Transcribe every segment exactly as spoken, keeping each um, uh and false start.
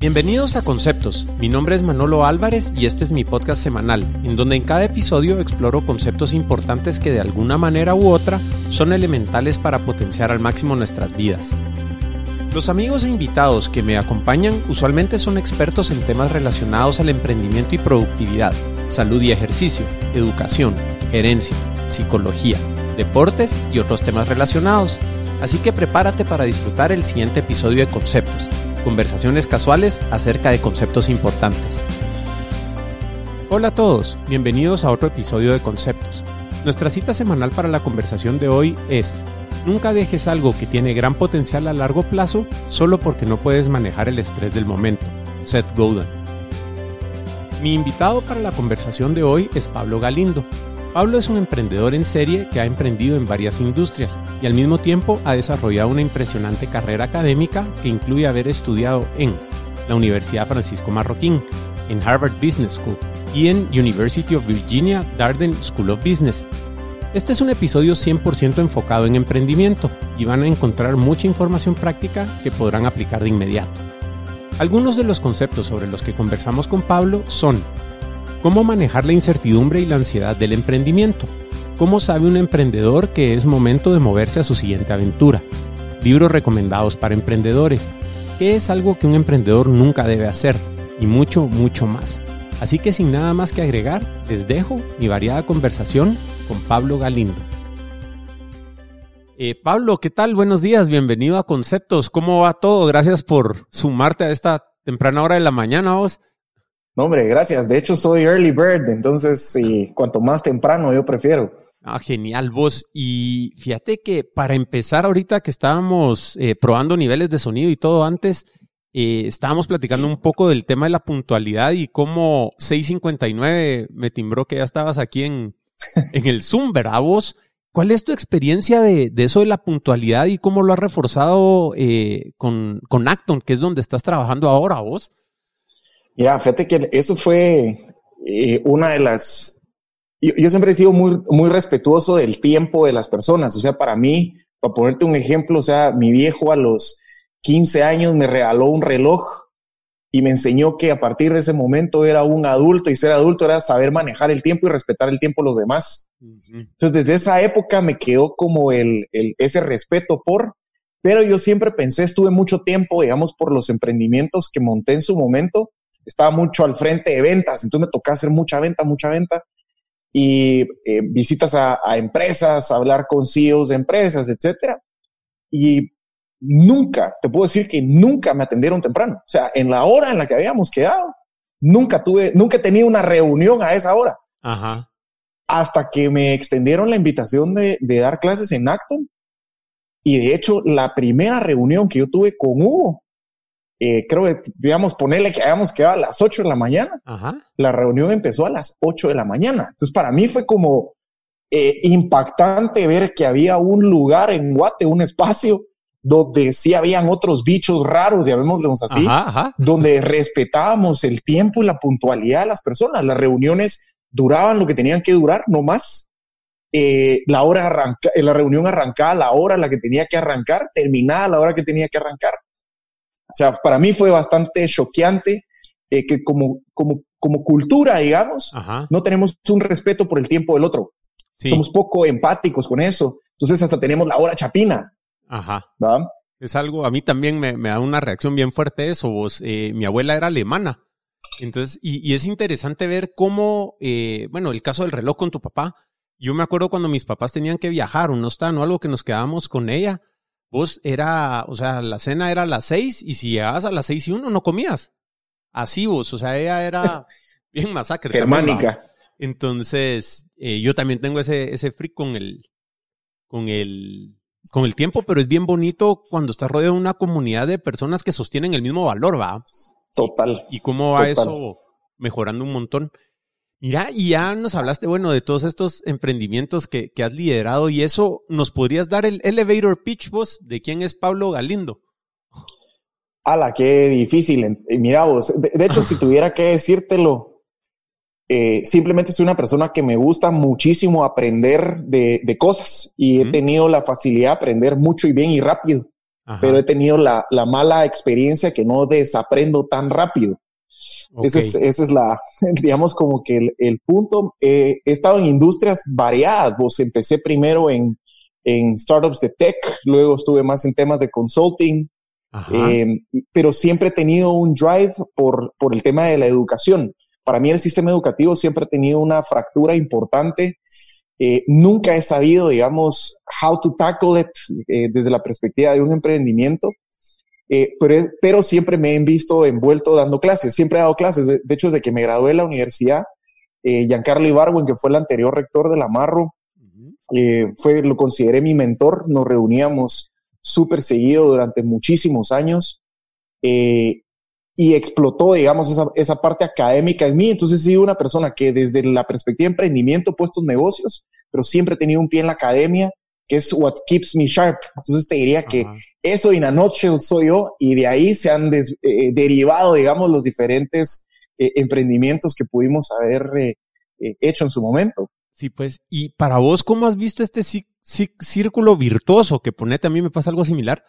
Bienvenidos a Conceptos, mi nombre es Manolo Álvarez y este es mi podcast semanal, en donde en cada episodio exploro conceptos importantes que de alguna manera u otra son elementales para potenciar al máximo nuestras vidas. Los amigos e invitados que me acompañan usualmente son expertos en temas relacionados al emprendimiento y productividad, salud y ejercicio, educación, gerencia, psicología, deportes y otros temas relacionados. Así que prepárate para disfrutar el siguiente episodio de Conceptos. Conversaciones casuales acerca de conceptos importantes. Hola a todos, bienvenidos a otro episodio de Conceptos. Nuestra cita semanal para la conversación de hoy es: nunca dejes algo que tiene gran potencial a largo plazo solo porque no puedes manejar el estrés del momento. Seth Godin. Mi invitado para la conversación de hoy es Pablo Galindo. Pablo es un emprendedor en serie que ha emprendido en varias industrias y al mismo tiempo ha desarrollado una impresionante carrera académica que incluye haber estudiado en la Universidad Francisco Marroquín, en Harvard Business School y en University of Virginia Darden School of Business. Este es un episodio cien por ciento enfocado en emprendimiento y van a encontrar mucha información práctica que podrán aplicar de inmediato. Algunos de los conceptos sobre los que conversamos con Pablo son: ¿cómo manejar la incertidumbre y la ansiedad del emprendimiento? ¿Cómo sabe un emprendedor que es momento de moverse a su siguiente aventura? Libros recomendados para emprendedores. ¿Qué es algo que un emprendedor nunca debe hacer? Y mucho, mucho más. Así que sin nada más que agregar, les dejo mi variada conversación con Pablo Galindo. Eh, Pablo, ¿qué tal? Buenos días, bienvenido a Conceptos. ¿Cómo va todo? Gracias por sumarte a esta temprana hora de la mañana, vos. No, hombre, gracias. De hecho, soy early bird, entonces sí, cuanto más temprano yo prefiero. Ah, genial, vos. Y fíjate que para empezar ahorita que estábamos eh, probando niveles de sonido y todo antes, eh, estábamos platicando un poco del tema de la puntualidad y cómo seis cincuenta y nueve me timbró que ya estabas aquí en, en el Zoom, ¿verdad vos? ¿Cuál es tu experiencia de, de eso de la puntualidad y cómo lo has reforzado eh, con, con Acton, que es donde estás trabajando ahora vos? Mira, fíjate que eso fue eh, una de las... Yo, yo siempre he sido muy, muy respetuoso del tiempo de las personas. O sea, para mí, para ponerte un ejemplo, o sea, mi viejo a los quince años me regaló un reloj y me enseñó que a partir de ese momento era un adulto, y ser adulto era saber manejar el tiempo y respetar el tiempo de los demás. Uh-huh. Entonces, desde esa época me quedó como el, el, ese respeto por... Pero yo siempre pensé, estuve mucho tiempo, digamos, por los emprendimientos que monté en su momento. Estaba mucho al frente de ventas, entonces me tocaba hacer mucha venta, mucha venta y eh, visitas a, a empresas, hablar con C E Os de empresas, etcétera. Y nunca, te puedo decir que nunca me atendieron temprano. O sea, en la hora en la que habíamos quedado, nunca tuve, nunca he tenido una reunión a esa hora. Ajá. Hasta que me extendieron la invitación de, de dar clases en Acton. Y de hecho, la primera reunión que yo tuve con Hugo, Eh, creo que, digamos, ponerle que habíamos quedado a las ocho de la mañana. Ajá. La reunión empezó a las ocho de la mañana. Entonces, para mí fue como eh, impactante ver que había un lugar en Guate, un espacio donde sí habían otros bichos raros, llamémoslos así, ajá, ajá. donde respetábamos el tiempo y la puntualidad de las personas. Las reuniones duraban lo que tenían que durar, no más. Eh, la, hora arranca, la reunión arrancaba a la hora a la que tenía que arrancar, terminaba a la hora que tenía que arrancar. O sea, para mí fue bastante choqueante eh, que como, como, como cultura, digamos, Ajá. no tenemos un respeto por el tiempo del otro. Sí. Somos poco empáticos con eso. Entonces hasta tenemos la hora chapina. Ajá. ¿Va? Es algo, a mí también me, me da una reacción bien fuerte eso. Vos, eh, mi abuela era alemana. Entonces, y, y es interesante ver cómo, eh, bueno, el caso del reloj con tu papá. Yo me acuerdo cuando mis papás tenían que viajar o no estaban o algo que nos quedábamos con ella. Vos era, o sea, la cena era a las seis y si llegabas a las seis y uno no comías. Así vos, o sea, ella era bien masacre. Germánica. También, entonces, eh, yo también tengo ese, ese freak con el, con el, con el tiempo, pero es bien bonito cuando estás rodeado de una comunidad de personas que sostienen el mismo valor, ¿va? Total. Y, y cómo va total. eso mejorando un montón. Mira, y ya nos hablaste, bueno, de todos estos emprendimientos que, que has liderado y eso, ¿nos podrías dar el elevator pitch vos de quién es Pablo Galindo? ¡Hala, qué difícil! Mira vos, de, de hecho, si tuviera que decírtelo, eh, simplemente soy una persona que me gusta muchísimo aprender de, de cosas y he uh-huh. tenido la facilidad de aprender mucho y bien y rápido. Ajá. Pero he tenido la, la mala experiencia que no desaprendo tan rápido. Okay. Ese es, ese es la, digamos, como que el, el punto. Eh, he estado en industrias variadas. Vos empecé primero en, en startups de tech, luego estuve más en temas de consulting, eh, pero siempre he tenido un drive por, por el tema de la educación. Para mí el sistema educativo siempre ha tenido una fractura importante. Eh, nunca he sabido, digamos, how to tackle it eh, desde la perspectiva de un emprendimiento. Eh, pero, pero siempre me he visto envuelto dando clases, siempre he dado clases. De, de hecho, desde que me gradué de la universidad, eh, Giancarlo Ibargüen, que fue el anterior rector de la Marro, uh-huh. eh, fue, lo consideré mi mentor. Nos reuníamos súper seguido durante muchísimos años eh, y explotó, digamos, esa, esa parte académica en mí. Entonces he sido una persona que desde la perspectiva de emprendimiento he puesto negocios, pero siempre he tenido un pie en la academia, que es what keeps me sharp. Entonces te diría que uh-huh. eso in a nutshell soy yo, y de ahí se han des, eh, derivado, digamos, los diferentes eh, emprendimientos que pudimos haber eh, eh, hecho en su momento. Sí, pues, y para vos, ¿cómo has visto este c- c- círculo virtuoso que, ponete, a mí me pasa algo similar,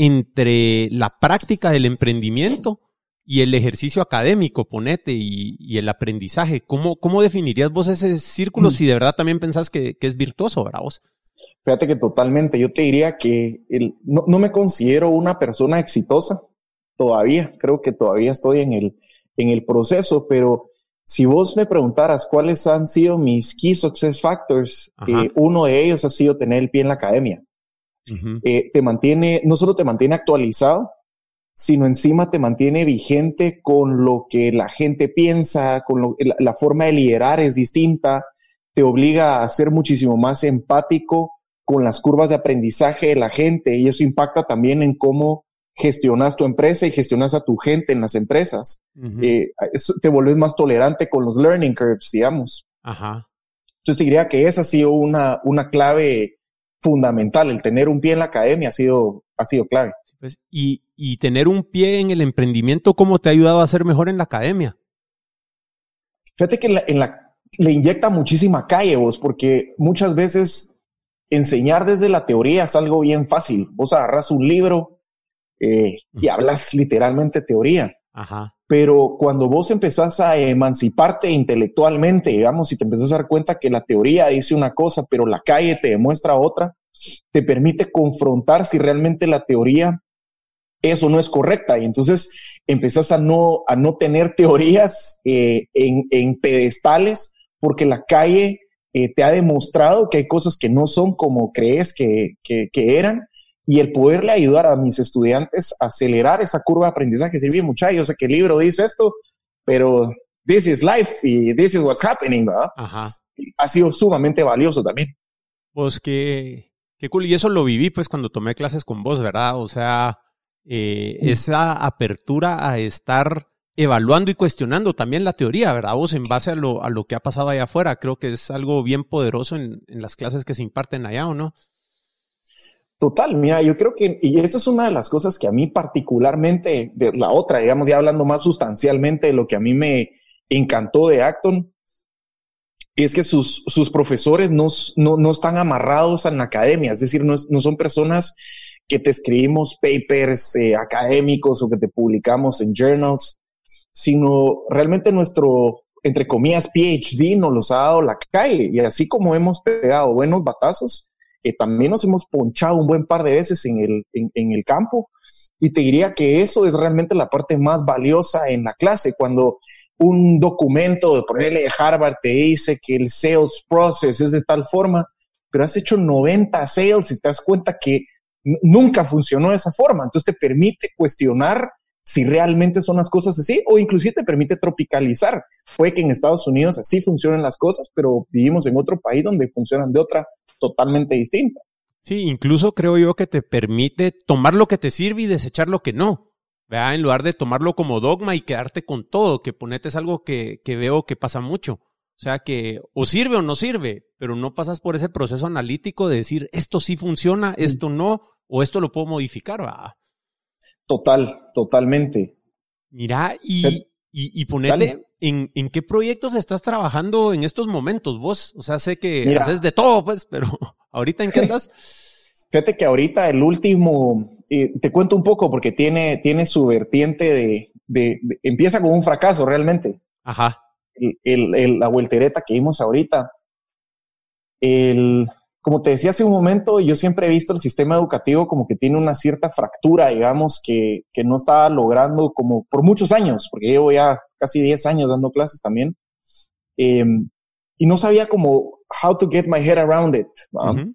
entre la práctica del emprendimiento y el ejercicio académico, ponete, y, y el aprendizaje? ¿Cómo, cómo definirías vos ese círculo mm. si de verdad también pensás que, que es virtuoso, ¿verdad vos? Fíjate que totalmente, yo te diría que el, no, no me considero una persona exitosa todavía, creo que todavía estoy en el, en el proceso, pero si vos me preguntaras cuáles han sido mis key success factors, eh, uno de ellos ha sido tener el pie en la academia. Uh-huh. Eh, te mantiene, no solo te mantiene actualizado, sino encima te mantiene vigente con lo que la gente piensa, con lo, la, la forma de liderar es distinta, te obliga a ser muchísimo más empático con las curvas de aprendizaje de la gente, y eso impacta también en cómo gestionas tu empresa y gestionas a tu gente en las empresas. Uh-huh. Eh, eso, te vuelves más tolerante con los learning curves, digamos. Ajá. Entonces te diría que esa ha sido una, una clave fundamental. El tener un pie en la academia ha sido, ha sido clave. Pues, y, y tener un pie en el emprendimiento, ¿cómo te ha ayudado a ser mejor en la academia? Fíjate que en la, en la, le inyecta muchísima calle vos, porque muchas veces enseñar desde la teoría es algo bien fácil. Vos agarras un libro eh, y hablas literalmente teoría. Ajá. Pero cuando vos empezás a emanciparte intelectualmente, digamos, y te empezás a dar cuenta que la teoría dice una cosa, pero la calle te demuestra otra, te permite confrontar si realmente la teoría es o no es correcta. Y entonces empezás a no, a no tener teorías eh, en, en pedestales, porque la calle eh, te ha demostrado que hay cosas que no son como crees que, que, que eran. Y el poderle ayudar a mis estudiantes a acelerar esa curva de aprendizaje. Sí, bien, muchachos, yo sé que el libro dice esto, pero this is life y this is what's happening, ¿verdad? Ajá. Ha sido sumamente valioso también. Pues qué, qué cool. Y eso lo viví pues cuando tomé clases con vos, ¿verdad? O sea, eh, mm. esa apertura a estar evaluando y cuestionando también la teoría, ¿verdad? Vos en base a lo, a lo que ha pasado allá afuera. Creo que es algo bien poderoso en, en las clases que se imparten allá, ¿o no? Total, mira, yo creo que, y esta es una de las cosas que a mí particularmente, de la otra, digamos, ya hablando más sustancialmente de lo que a mí me encantó de Acton, es que sus, sus profesores no, no, no están amarrados en la academia, es decir, no, no son personas que te escribimos papers eh, académicos o que te publicamos en journals, sino realmente nuestro, entre comillas, P H D nos los ha dado la calle, y así como hemos pegado buenos batazos, que también nos hemos ponchado un buen par de veces en el, en, en el campo, y te diría que eso es realmente la parte más valiosa en la clase, cuando un documento de ponerle de Harvard te dice que el sales process es de tal forma, pero has hecho noventa sales y te das cuenta que n- nunca funcionó de esa forma, entonces te permite cuestionar si realmente son las cosas así, o inclusive te permite tropicalizar. Puede que en Estados Unidos así funcionen las cosas, pero vivimos en otro país donde funcionan de otra totalmente distinta. Sí, incluso creo yo que te permite tomar lo que te sirve y desechar lo que no, ¿verdad? En lugar de tomarlo como dogma y quedarte con todo, que ponete es algo que, que veo que pasa mucho. O sea, que o sirve o no sirve, pero no pasas por ese proceso analítico de decir esto sí funciona, esto no, o esto lo puedo modificar, ¿verdad? Total, totalmente. Mira, y, y, y ponete, ¿en, ¿en qué proyectos estás trabajando en estos momentos vos? O sea, sé que Mira, haces de todo, pues, pero ¿ahorita en qué andas? Fíjate que ahorita el último, eh, te cuento un poco porque tiene, tiene su vertiente de, de, de, empieza con un fracaso realmente. Ajá. El, el, el, la voltereta que vimos ahorita. El, como te decía hace un momento, yo siempre he visto el sistema educativo como que tiene una cierta fractura, digamos, que, que no estaba logrando como por muchos años, porque llevo ya casi diez años dando clases también. Eh, y no sabía como how to get my head around it. Uh-huh.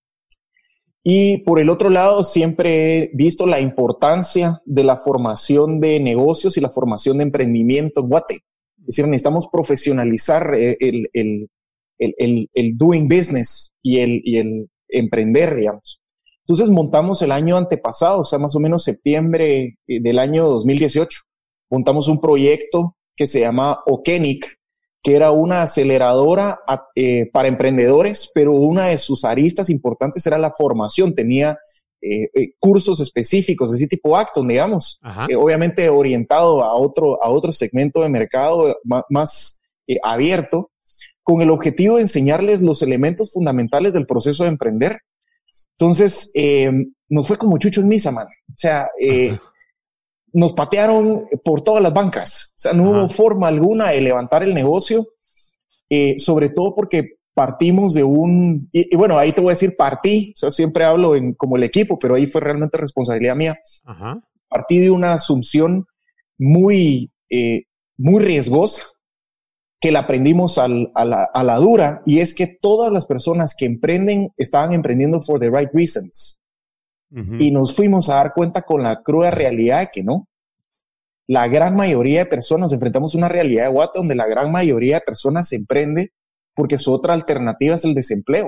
Y por el otro lado, siempre he visto la importancia de la formación de negocios y la formación de emprendimiento en Guate. Es decir, necesitamos profesionalizar el, el, el, el, el doing business y el, y el emprender, digamos. Entonces montamos el año antepasado, o sea, más o menos septiembre del año dos mil dieciocho, montamos un proyecto que se llama Okenic, que era una aceleradora eh, para emprendedores, pero una de sus aristas importantes era la formación. Tenía eh, eh, cursos específicos, así tipo Acton, digamos, eh, obviamente orientado a otro, a otro segmento de mercado más, más eh, abierto, con el objetivo de enseñarles los elementos fundamentales del proceso de emprender. Entonces, eh, nos fue como chucho en misa, man. O sea, eh, nos patearon por todas las bancas. O sea, no Ajá. hubo forma alguna de levantar el negocio, eh, sobre todo porque partimos de un... Y, y bueno, ahí te voy a decir partí, o sea, siempre hablo en, como el equipo, pero ahí fue realmente responsabilidad mía. Ajá. Partí de una asunción muy, eh, muy riesgosa, que la aprendimos al, a, la, a la dura, y es que todas las personas que emprenden estaban emprendiendo for the right reasons. Uh-huh. Y nos fuimos a dar cuenta con la cruda realidad de que no. La gran mayoría de personas, nos enfrentamos a una realidad de Guate donde la gran mayoría de personas se emprende porque su otra alternativa es el desempleo.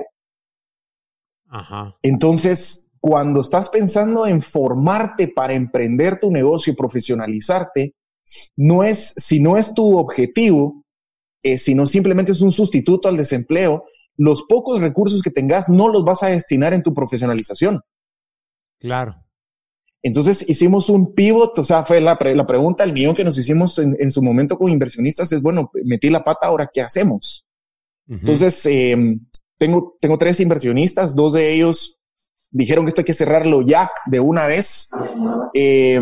Ajá. Entonces, cuando estás pensando en formarte para emprender tu negocio y profesionalizarte, no es, si no es tu objetivo, eh, sino simplemente es un sustituto al desempleo, los pocos recursos que tengas no los vas a destinar en tu profesionalización. Claro. Entonces hicimos un pivot, o sea, fue la, pre- la pregunta del millón que nos hicimos en, en su momento con inversionistas es, bueno, metí la pata, ahora ¿qué hacemos? Uh-huh. Entonces, eh, tengo, tengo tres inversionistas, dos de ellos dijeron que esto hay que cerrarlo ya, de una vez. Eh,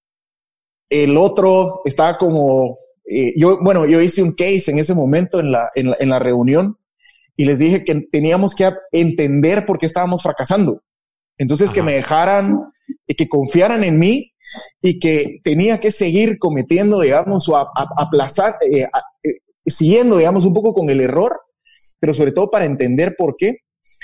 el otro estaba como, eh, yo, bueno, yo hice un case en ese momento en la, en la, en la reunión y les dije que teníamos que entender por qué estábamos fracasando. Entonces, Ajá. que me dejaran, que confiaran en mí y que tenía que seguir cometiendo, digamos, o a, a, aplazar, eh, a, eh, siguiendo, digamos, un poco con el error, pero sobre todo para entender por qué.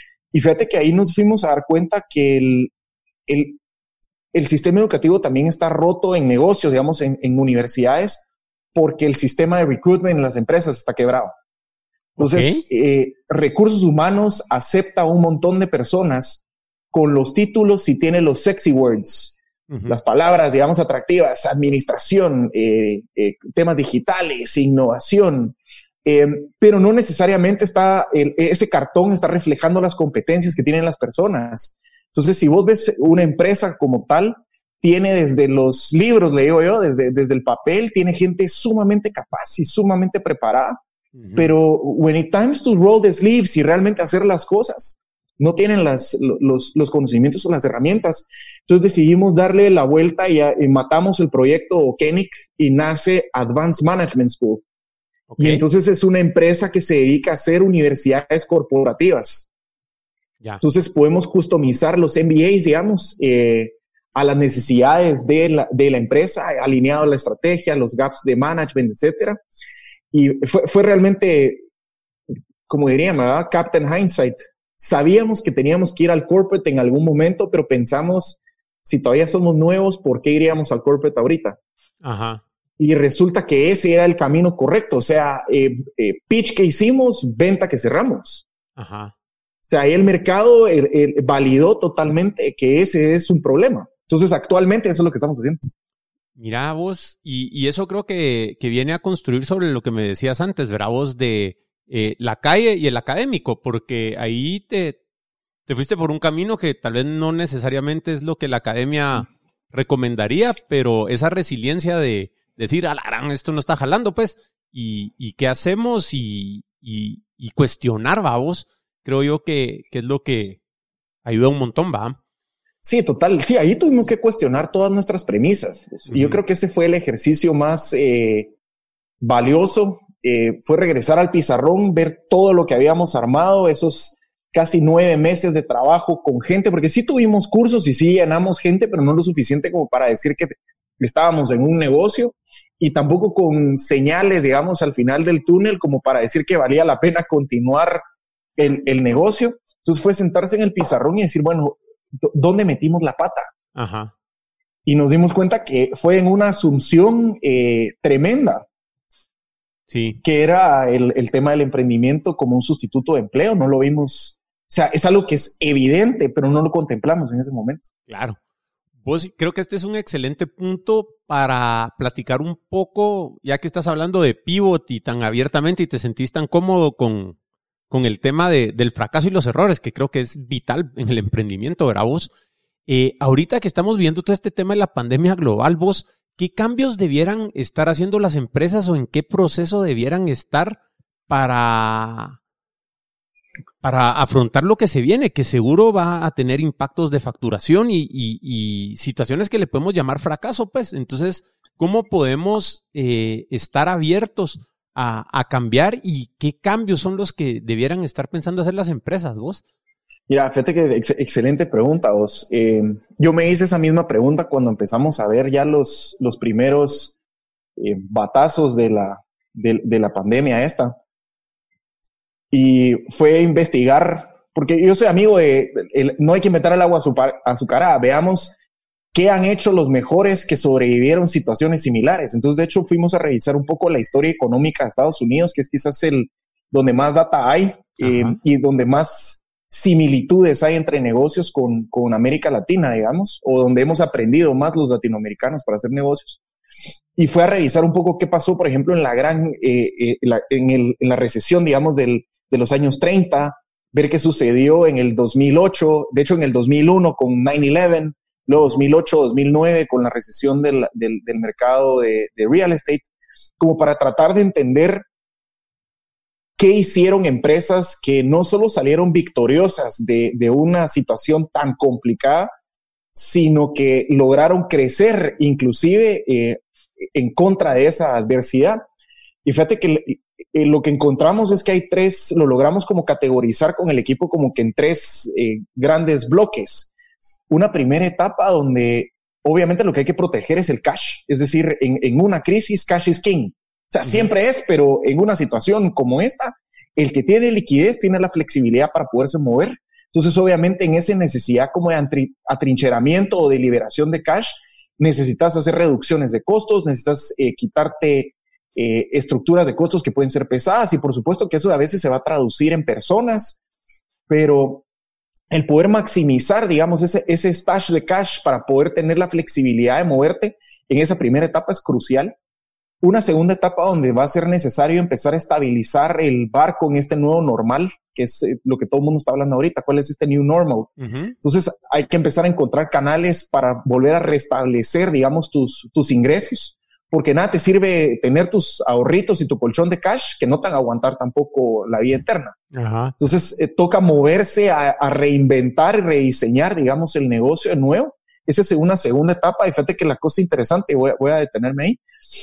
Y fíjate que ahí nos fuimos a dar cuenta que el, el, el sistema educativo también está roto en negocios, digamos, en, en universidades, porque el sistema de recruitment en las empresas está quebrado. Entonces, okay. eh, recursos humanos acepta un montón de personas con los títulos y tiene los sexy words, uh-huh. las palabras, digamos, atractivas, administración, eh, eh, temas digitales, innovación, eh, pero no necesariamente está, el, ese cartón está reflejando las competencias que tienen las personas. Entonces, si vos ves una empresa como tal, tiene desde los libros, le digo yo, desde, desde el papel, tiene gente sumamente capaz y sumamente preparada, uh-huh. pero when it times to roll the sleeves y realmente hacer las cosas, no tienen las, los, los conocimientos o las herramientas. Entonces decidimos darle la vuelta y, a, y matamos el proyecto Okenic y nace Advanced Management School. Okay. Y entonces es una empresa que se dedica a hacer universidades corporativas. Ya. Entonces podemos customizar los M B As, digamos, eh, a las necesidades de la, de la empresa, alineado a la estrategia, los gaps de management, etcétera. Y fue, fue realmente, como diría, ¿verdad? Captain Hindsight. Sabíamos que teníamos que ir al corporate en algún momento, pero pensamos, si todavía somos nuevos, ¿por qué iríamos al corporate ahorita? Ajá. Y resulta que ese era el camino correcto. O sea, eh, eh, pitch que hicimos, venta que cerramos. Ajá. O sea, ahí el mercado el, el, validó totalmente que ese es un problema. Entonces, actualmente eso es lo que estamos haciendo. Mira vos, y, y eso creo que, que viene a construir sobre lo que me decías antes, ¿verdad? Vos de... Eh, la calle y el académico, porque ahí te, te fuiste por un camino que tal vez no necesariamente es lo que la academia recomendaría, pero esa resiliencia de decir, a la gran, esto no está jalando, pues, y, y qué hacemos y, y, y cuestionar, vamos, creo yo que, que es lo que ayuda un montón, ¿va? Sí, total. Sí, ahí tuvimos que cuestionar todas nuestras premisas. Uh-huh. Y yo creo que ese fue el ejercicio más eh, valioso. Eh, fue regresar al pizarrón, ver todo lo que habíamos armado, esos casi nueve meses de trabajo con gente, porque sí tuvimos cursos y sí llenamos gente, pero no lo suficiente como para decir que estábamos en un negocio, y tampoco con señales, digamos, al final del túnel como para decir que valía la pena continuar el, el negocio. Entonces fue sentarse en el pizarrón y decir, bueno, ¿dónde metimos la pata? Ajá. Y nos dimos cuenta que fue en una asunción eh, tremenda. Sí. Que era el, el tema del emprendimiento como un sustituto de empleo. No lo vimos. O sea, es algo que es evidente, pero no lo contemplamos en ese momento. Claro. Vos, creo que este es un excelente punto para platicar un poco, ya que estás hablando de pivot y tan abiertamente y te sentís tan cómodo con, con el tema de, del fracaso y los errores, que creo que es vital en el emprendimiento, ¿verdad vos? Eh, ahorita que estamos viendo todo este tema de la pandemia global, vos, ¿qué cambios debieran estar haciendo las empresas o en qué proceso debieran estar para, para afrontar lo que se viene? Que seguro va a tener impactos de facturación y, y, y situaciones que le podemos llamar fracaso, pues. Entonces, ¿cómo podemos eh, estar abiertos a, a cambiar y qué cambios son los que debieran estar pensando hacer las empresas, vos? Mira, fíjate que ex- excelente pregunta, vos. Eh, yo me hice esa misma pregunta cuando empezamos a ver ya los, los primeros eh, batazos de la, de, de la pandemia esta. Y fue investigar, porque yo soy amigo de, el, no hay que meter el agua azucarada, veamos qué han hecho los mejores que sobrevivieron situaciones similares. Entonces, de hecho, fuimos a revisar un poco la historia económica de Estados Unidos, que es quizás el donde más data hay eh, y donde más similitudes hay entre negocios con, con América Latina, digamos, o donde hemos aprendido más los latinoamericanos para hacer negocios. Y fue a revisar un poco qué pasó, por ejemplo, en la gran, eh, eh, la, en, el, en la recesión, digamos, del, de los años treinta, ver qué sucedió en el dos mil ocho, de hecho en el dos mil uno con nueve once, luego dos mil ocho, dos mil nueve con la recesión del, del, del mercado de, de real estate, como para tratar de entender qué hicieron empresas que no solo salieron victoriosas de, de una situación tan complicada, sino que lograron crecer inclusive eh, en contra de esa adversidad. Y fíjate que eh, lo que encontramos es que hay tres, lo logramos como categorizar con el equipo como que en tres eh, grandes bloques. Una primera etapa donde obviamente lo que hay que proteger es el cash, es decir, en, en una crisis cash is king. O sea, siempre es, pero en una situación como esta, el que tiene liquidez tiene la flexibilidad para poderse mover. Entonces, obviamente, en esa necesidad como de atri- atrincheramiento o de liberación de cash, necesitas hacer reducciones de costos, necesitas eh, quitarte eh, estructuras de costos que pueden ser pesadas, y por supuesto que eso a veces se va a traducir en personas, pero el poder maximizar, digamos, ese, ese stash de cash para poder tener la flexibilidad de moverte en esa primera etapa es crucial. Una segunda etapa donde va a ser necesario empezar a estabilizar el barco en este nuevo normal, que es lo que todo el mundo está hablando ahorita. ¿Cuál es este new normal? Uh-huh. Entonces hay que empezar a encontrar canales para volver a restablecer, digamos, tus, tus ingresos, porque nada te sirve tener tus ahorritos y tu colchón de cash que no te van a aguantar tampoco la vida eterna. Uh-huh. Entonces eh, toca moverse a, a reinventar y rediseñar, digamos, el negocio de nuevo. Esa es una segunda etapa, y fíjate que la cosa interesante, voy a, voy a detenerme ahí,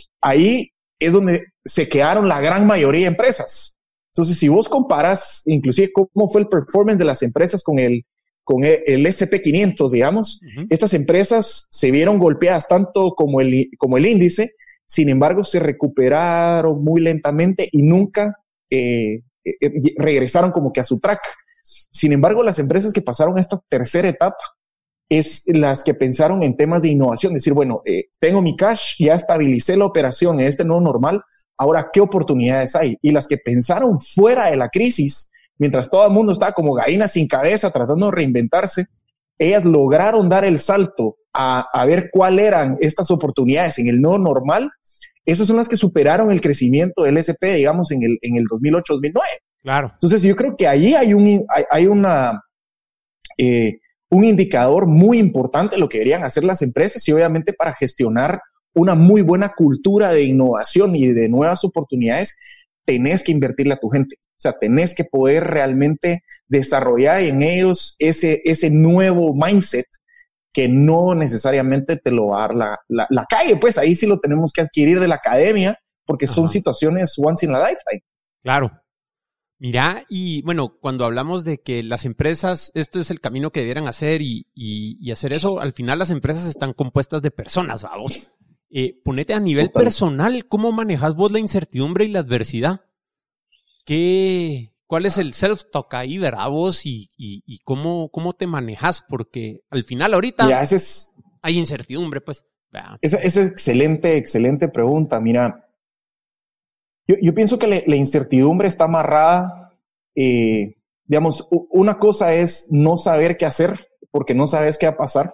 ahí es donde se quedaron la gran mayoría de empresas. Entonces, si vos comparas inclusive cómo fue el performance de las empresas con el, con el, el ese and pe quinientos, digamos, uh-huh. Estas empresas se vieron golpeadas tanto como el, como el índice, sin embargo, se recuperaron muy lentamente y nunca eh, eh, regresaron como que a su track. Sin embargo, las empresas que pasaron a esta tercera etapa, es las que pensaron en temas de innovación, decir, bueno, eh, tengo mi cash, ya estabilicé la operación en este nuevo normal, ahora, ¿qué oportunidades hay? Y las que pensaron fuera de la crisis, mientras todo el mundo estaba como gallina sin cabeza tratando de reinventarse, ellas lograron dar el salto a, a ver cuáles eran estas oportunidades en el nuevo normal. Esas son las que superaron el crecimiento del ese and pe, digamos, en el, en el dos mil ocho, dos mil nueve. Claro. Entonces, yo creo que ahí hay, un, hay, hay una... Eh, un indicador muy importante de lo que deberían hacer las empresas, y obviamente para gestionar una muy buena cultura de innovación y de nuevas oportunidades, tenés que invertirle a tu gente. O sea, tenés que poder realmente desarrollar en ellos ese, ese nuevo mindset que no necesariamente te lo va a dar la, la, la calle. Pues ahí sí lo tenemos que adquirir de la academia, porque son Ajá. situaciones once in a lifetime. Claro. Mira, y bueno, cuando hablamos de que las empresas, este es el camino que debieran hacer y, y, y hacer eso, al final las empresas están compuestas de personas, vamos. Eh, ponete a nivel Total. personal, ¿cómo manejas vos la incertidumbre y la adversidad? ¿Qué, ¿Cuál es el self-talk ahí, verdad, vos? Y, y, y cómo, cómo te manejas, porque al final ahorita Mira, ese es, hay incertidumbre, pues. Esa, esa es excelente, excelente pregunta. Mira, yo, yo pienso que le, la incertidumbre está amarrada, eh, digamos, una cosa es no saber qué hacer porque no sabes qué va a pasar.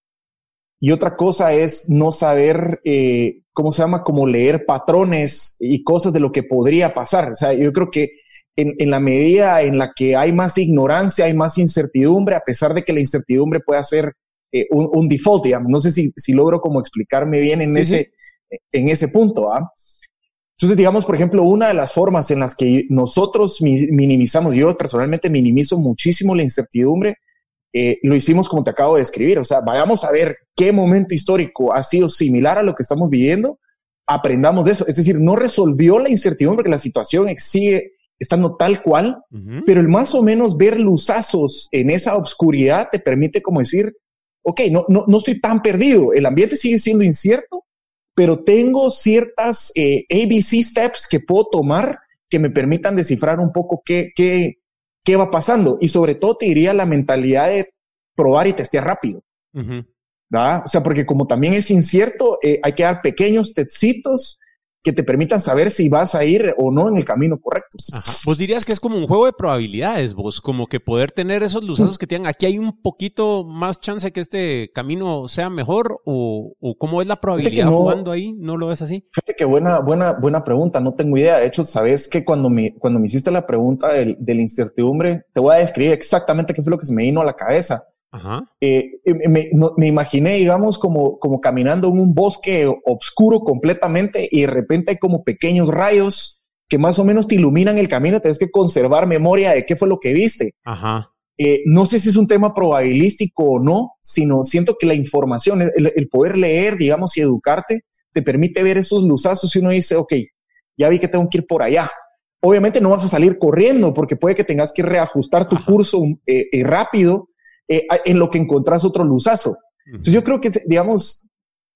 Y otra cosa es no saber, eh, ¿cómo se llama? Como leer patrones y cosas de lo que podría pasar. O sea, yo creo que en, en la medida en la que hay más ignorancia, hay más incertidumbre, a pesar de que la incertidumbre pueda ser eh, un, un default, digamos. No sé si, si logro como explicarme bien en, sí, ese, sí. en ese punto. ¿ah? Entonces, digamos, por ejemplo, una de las formas en las que nosotros minimizamos, yo personalmente minimizo muchísimo la incertidumbre, Eh, lo hicimos como te acabo de describir, o sea, vayamos a ver qué momento histórico ha sido similar a lo que estamos viviendo, aprendamos de eso, es decir, no resolvió la incertidumbre porque la situación sigue estando tal cual, uh-huh. pero el más o menos ver luzazos en esa obscuridad te permite como decir, ok, no, no, no estoy tan perdido, el ambiente sigue siendo incierto, pero tengo ciertas eh, A B C steps que puedo tomar que me permitan descifrar un poco qué, qué ¿Qué va pasando? Y sobre todo te diría la mentalidad de probar y testear rápido. Uh-huh. ¿Verdad? O sea, porque como también es incierto, eh, hay que dar pequeños testitos que te permitan saber si vas a ir o no en el camino correcto. Ajá. Vos dirías que es como un juego de probabilidades, vos, como que poder tener esos luzazos que tienen, aquí hay un poquito más chance que este camino sea mejor, o, o cómo es la probabilidad no, jugando ahí, ¿no lo ves así? Fíjate que buena, buena, buena pregunta, no tengo idea. De hecho, sabes que cuando me, cuando me hiciste la pregunta del, de la incertidumbre, te voy a describir exactamente qué fue lo que se me vino a la cabeza. Ajá. Eh, me, no, me imaginé, digamos, como, como caminando en un bosque oscuro completamente y de repente hay como pequeños rayos que más o menos te iluminan el camino. Tienes que conservar memoria de qué fue lo que viste. Ajá. Eh, no sé si es un tema probabilístico o no, sino siento que la información, el, el poder leer, digamos, y educarte, te permite ver esos luzazos y uno dice, ok, ya vi que tengo que ir por allá. Obviamente no vas a salir corriendo porque puede que tengas que reajustar tu Ajá. curso eh, eh, rápido, Eh, en lo que encontrás otro luzazo. Uh-huh. Entonces yo creo que, digamos,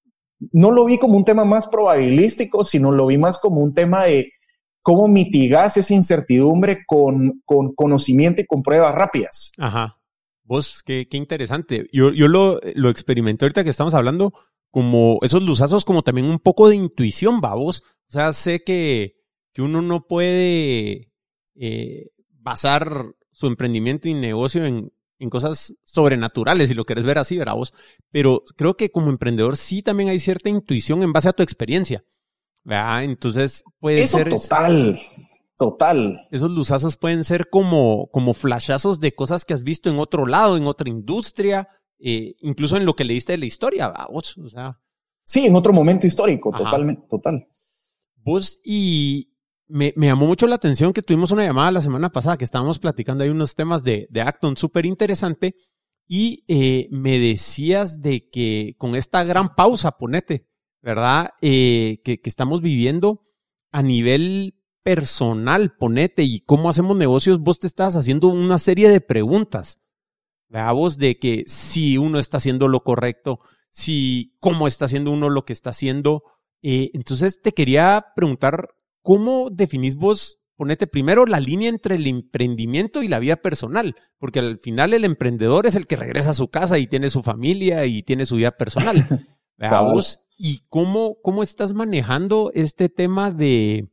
no lo vi como un tema más probabilístico, sino lo vi más como un tema de cómo mitigas esa incertidumbre con, con conocimiento y con pruebas rápidas. Ajá. Vos, qué, qué interesante. Yo, yo lo, lo experimenté ahorita que estamos hablando, como esos luzazos, como también un poco de intuición, ¿va vos? O sea, sé que, que uno no puede eh, basar su emprendimiento y negocio en en cosas sobrenaturales, si lo querés ver así, ¿verdad vos? Pero creo que como emprendedor sí también hay cierta intuición en base a tu experiencia, ¿verdad? Entonces puede Eso ser... total, total. Esos luzazos pueden ser como, como flashazos de cosas que has visto en otro lado, en otra industria, eh, incluso en lo que leíste de la historia, ¿verdad vos? O sea... Sí, en otro momento histórico, Ajá. totalmente, total. Vos y... Me, me llamó mucho la atención que tuvimos una llamada la semana pasada que estábamos platicando ahí unos temas de, de Acton súper interesante y eh, me decías de que con esta gran pausa, ponete, ¿verdad? Eh, que, que estamos viviendo a nivel personal, ponete, y cómo hacemos negocios, vos te estás haciendo una serie de preguntas, ¿verdad? Vos de que si uno está haciendo lo correcto, si cómo está haciendo uno lo que está haciendo. Eh, entonces te quería preguntar, ¿cómo definís vos, ponete primero la línea entre el emprendimiento y la vida personal? Porque al final el emprendedor es el que regresa a su casa y tiene su familia y tiene su vida personal. Claro. Vos, ¿y cómo, cómo estás manejando este tema de,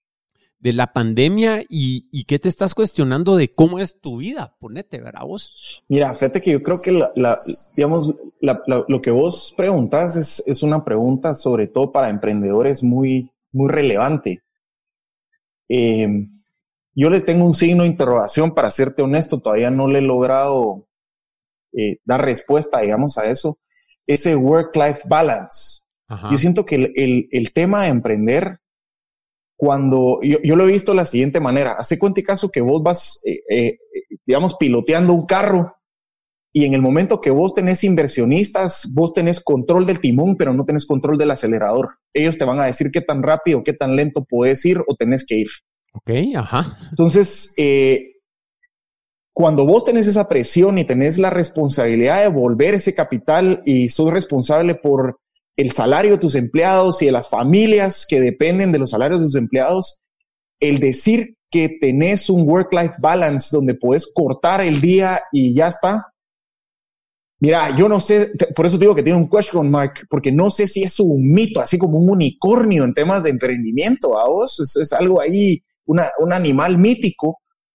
de la pandemia y, y qué te estás cuestionando de cómo es tu vida? Ponete, ¿verdad vos? Mira, fíjate que yo creo que la, la, digamos, la, la, lo que vos preguntás es, es una pregunta sobre todo para emprendedores muy, muy relevante. Eh, yo le tengo un signo de interrogación, para serte honesto, todavía no le he logrado eh, dar respuesta, digamos, a eso. Ese work-life balance. Ajá. Yo siento que el, el, el tema de emprender, cuando yo, yo lo he visto de la siguiente manera, hace cuenta y caso que vos vas, eh, eh, digamos, piloteando un carro y en el momento que vos tenés inversionistas, vos tenés control del timón, pero no tenés control del acelerador. Ellos te van a decir qué tan rápido, qué tan lento puedes ir o tenés que ir. Ok, ajá. Entonces, eh, cuando vos tenés esa presión y tenés la responsabilidad de devolver ese capital y sos responsable por el salario de tus empleados y de las familias que dependen de los salarios de tus empleados, el decir que tenés un work-life balance donde puedes cortar el día y ya está. Mira, yo no sé, por eso digo que tiene un question mark, porque no sé si es un mito, así como un unicornio en temas de emprendimiento. ¿A vos? Es, es algo ahí, una, un animal mítico.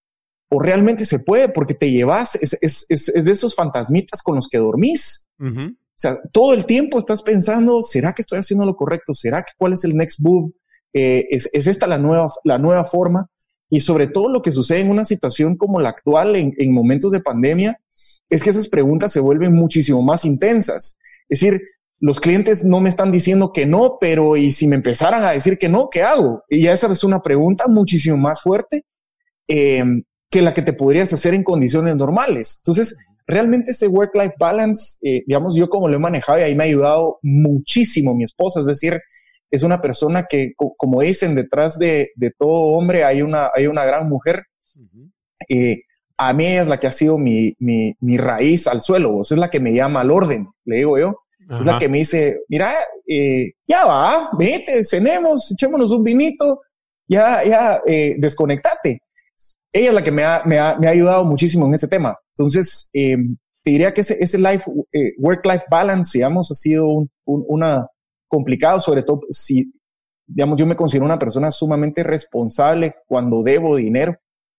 O realmente se puede, porque te llevas, es, es, es, es de esos fantasmitas con los que dormís. Uh-huh. O sea, todo el tiempo estás pensando, ¿será que estoy haciendo lo correcto? ¿Será que cuál es el next move? Eh, ¿es, ¿Es esta la nueva, la nueva forma? Y sobre todo lo que sucede en una situación como la actual, en, en momentos de pandemia, es que esas preguntas se vuelven muchísimo más intensas. Es decir, los clientes no me están diciendo que no, pero ¿y si me empezaran a decir que no, qué hago? Y esa es una pregunta muchísimo más fuerte. Eh, que la que te podrías hacer en condiciones normales. Entonces, realmente ese work-life balance, eh, digamos, yo como lo he manejado y ahí me ha ayudado muchísimo mi esposa, es decir, es una persona que, co- como dicen, detrás de, de todo hombre hay una, hay una gran mujer. Uh-huh. Eh, a mí ella es la que ha sido mi, mi, mi raíz al suelo, es la que me llama al orden, le digo yo. Ajá. Es la que me dice, mira, eh, ya va, vete, cenemos, echémonos un vinito, ya, ya, eh, desconectate. Ella es la que me ha, me ha, me ha ayudado muchísimo en ese tema. Entonces, eh, te diría que ese, ese life, eh, work-life balance, digamos, ha sido un, un, una complicado, sobre todo si, digamos, yo me considero una persona sumamente responsable cuando debo dinero.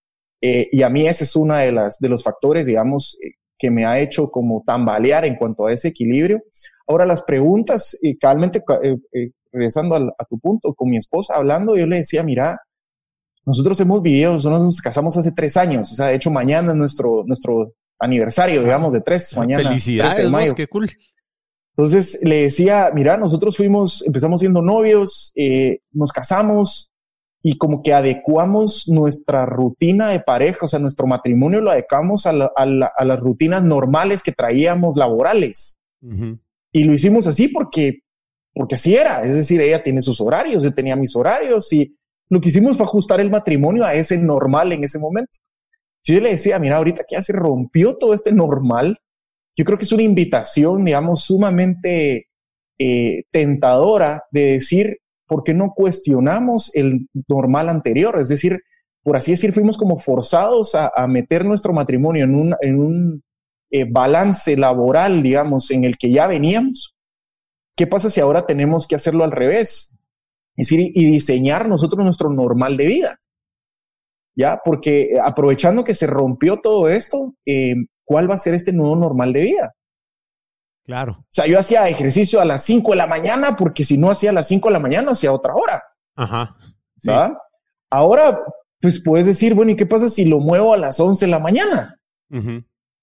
Eh, y a mí ese es uno de, las, de los factores, digamos, eh, que me ha hecho como tambalear en cuanto a ese equilibrio. Ahora, las preguntas, eh, realmente, eh, eh, regresando a, a tu punto, con mi esposa hablando, yo le decía, mira, nosotros hemos vivido, nosotros nos casamos hace tres años, o sea, de hecho mañana es nuestro, nuestro aniversario, digamos, de tres, mañana. Felicidades, trece de mayo. Vos, qué cool. Entonces le decía, mira, nosotros fuimos, empezamos siendo novios, eh, nos casamos y como que adecuamos nuestra rutina de pareja, o sea, nuestro matrimonio lo adecuamos a, la, a, la, a las rutinas normales que traíamos laborales. Uh-huh. Y lo hicimos así porque, porque así era, es decir, ella tiene sus horarios, yo tenía mis horarios y lo que hicimos fue ajustar el matrimonio a ese normal en ese momento. Yo le decía, mira, ahorita que ya se rompió todo este normal, yo creo que es una invitación, digamos, sumamente eh, tentadora de decir, ¿por qué no cuestionamos el normal anterior? Es decir, por así decir, fuimos como forzados a, a meter nuestro matrimonio en un, en un eh, balance laboral, digamos, en el que ya veníamos. ¿Qué pasa si ahora tenemos que hacerlo al revés? Es decir, y diseñar nosotros nuestro normal de vida, ¿ya? Porque aprovechando que se rompió todo esto, eh, ¿cuál va a ser este nuevo normal de vida? Claro. O sea, yo hacía ejercicio a las cinco de la mañana porque si no hacía a las cinco de la mañana, hacía otra hora. Ajá. Sí. ¿Verdad? Ahora, pues puedes decir, bueno, ¿y qué pasa si lo muevo a las once de la mañana? Uh-huh.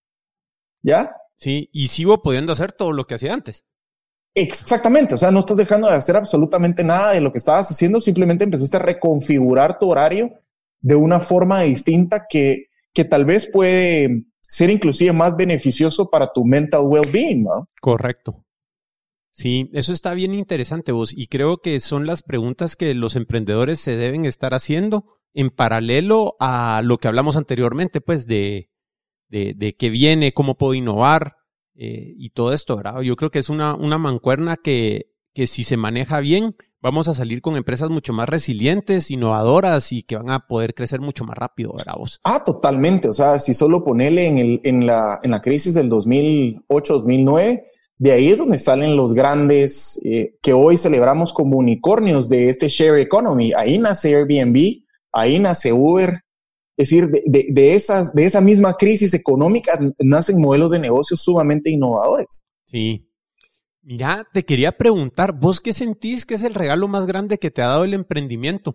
¿Ya? Sí, y sigo pudiendo hacer todo lo que hacía antes. Exactamente, o sea, no estás dejando de hacer absolutamente nada de lo que estabas haciendo, simplemente empezaste a reconfigurar tu horario de una forma distinta que, que tal vez puede ser inclusive más beneficioso para tu mental well-being, ¿no? Correcto. Sí, eso está bien interesante, vos, y creo que son las preguntas que los emprendedores se deben estar haciendo en paralelo a lo que hablamos anteriormente, pues, de, de, de qué viene, cómo puedo innovar. Eh, y todo esto, ¿verdad? Yo creo que es una, una mancuerna que, que si se maneja bien, vamos a salir con empresas mucho más resilientes, innovadoras y que van a poder crecer mucho más rápido, ¿verdad vos? Ah, totalmente. O sea, si solo ponele en, el, en, la, en la crisis del dos mil ocho, dos mil nueve, de ahí es donde salen los grandes eh, que hoy celebramos como unicornios de este share economy. Ahí nace Airbnb, ahí nace Uber. Es decir, de, de, de, esas, de esa misma crisis económica nacen modelos de negocios sumamente innovadores. Sí. Mira, te quería preguntar, ¿vos qué sentís que es el regalo más grande que te ha dado el emprendimiento?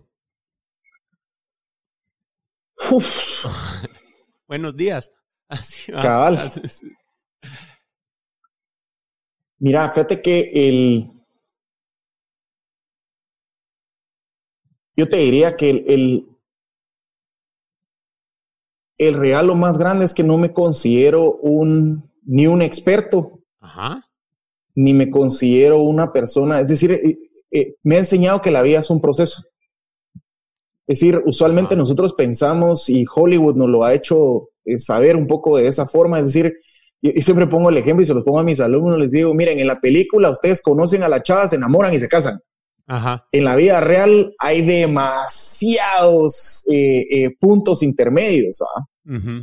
Uf. Buenos días. Así va. Cabal. Mira, fíjate que el... Yo te diría que el... el el regalo más grande es que no me considero un, ni un experto, Ajá. ni me considero una persona. Es decir, eh, eh, me ha enseñado que la vida es un proceso. Es decir, usualmente Ajá. nosotros pensamos, y Hollywood nos lo ha hecho eh, saber un poco de esa forma. Es decir, yo, yo siempre pongo el ejemplo y se los pongo a mis alumnos, les digo, miren, en la película ustedes conocen a la chava, se enamoran y se casan. Ajá. En la vida real hay demasiados eh, eh, puntos intermedios. ¿Ah? Uh-huh.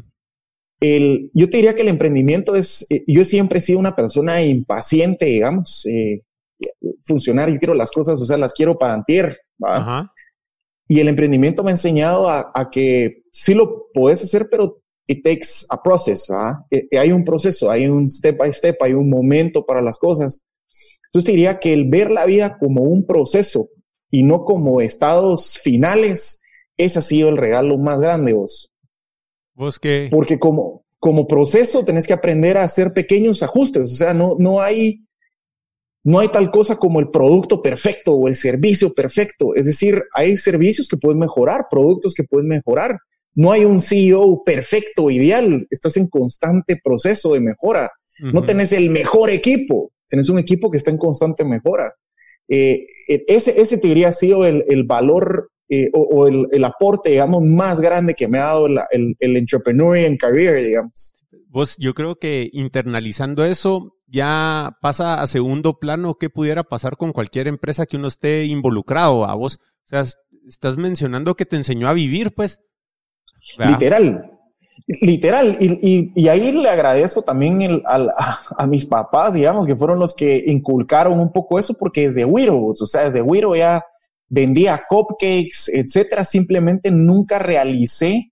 El, yo te diría que el emprendimiento es, eh, yo siempre he sido una persona impaciente, digamos, eh, funcionar, yo quiero las cosas, o sea, las quiero para antier, ¿va? Ajá. Y el emprendimiento me ha enseñado a, a que sí lo puedes hacer, pero it takes a process, ¿va? Eh, hay un proceso, hay un step by step, hay un momento para las cosas. Entonces te diría que el ver la vida como un proceso y no como estados finales, ese ha sido el regalo más grande, vos. ¿Vos qué? Porque como, como proceso tenés que aprender a hacer pequeños ajustes. O sea, no, no, hay, no hay tal cosa como el producto perfecto o el servicio perfecto. Es decir, hay servicios que pueden mejorar, productos que pueden mejorar. No hay un C E O perfecto, ideal. Estás en constante proceso de mejora. Uh-huh. No tenés el mejor equipo. Tenés un equipo que está en constante mejora. Eh, ese, ese te diría ha sido el, el valor eh, o, o el, el aporte, digamos, más grande que me ha dado la, el, el entrepreneurial career, digamos. Vos, yo creo que internalizando eso ya pasa a segundo plano qué pudiera pasar con cualquier empresa que uno esté involucrado. A vos, o sea, estás mencionando que te enseñó a vivir, pues. ¿Verdad? Literal. Literal, y, y, y ahí le agradezco también el, al, a, a mis papás, digamos, que fueron los que inculcaron un poco eso, porque desde Widow, o sea, desde Widow ya vendía cupcakes, etcétera. Simplemente nunca realicé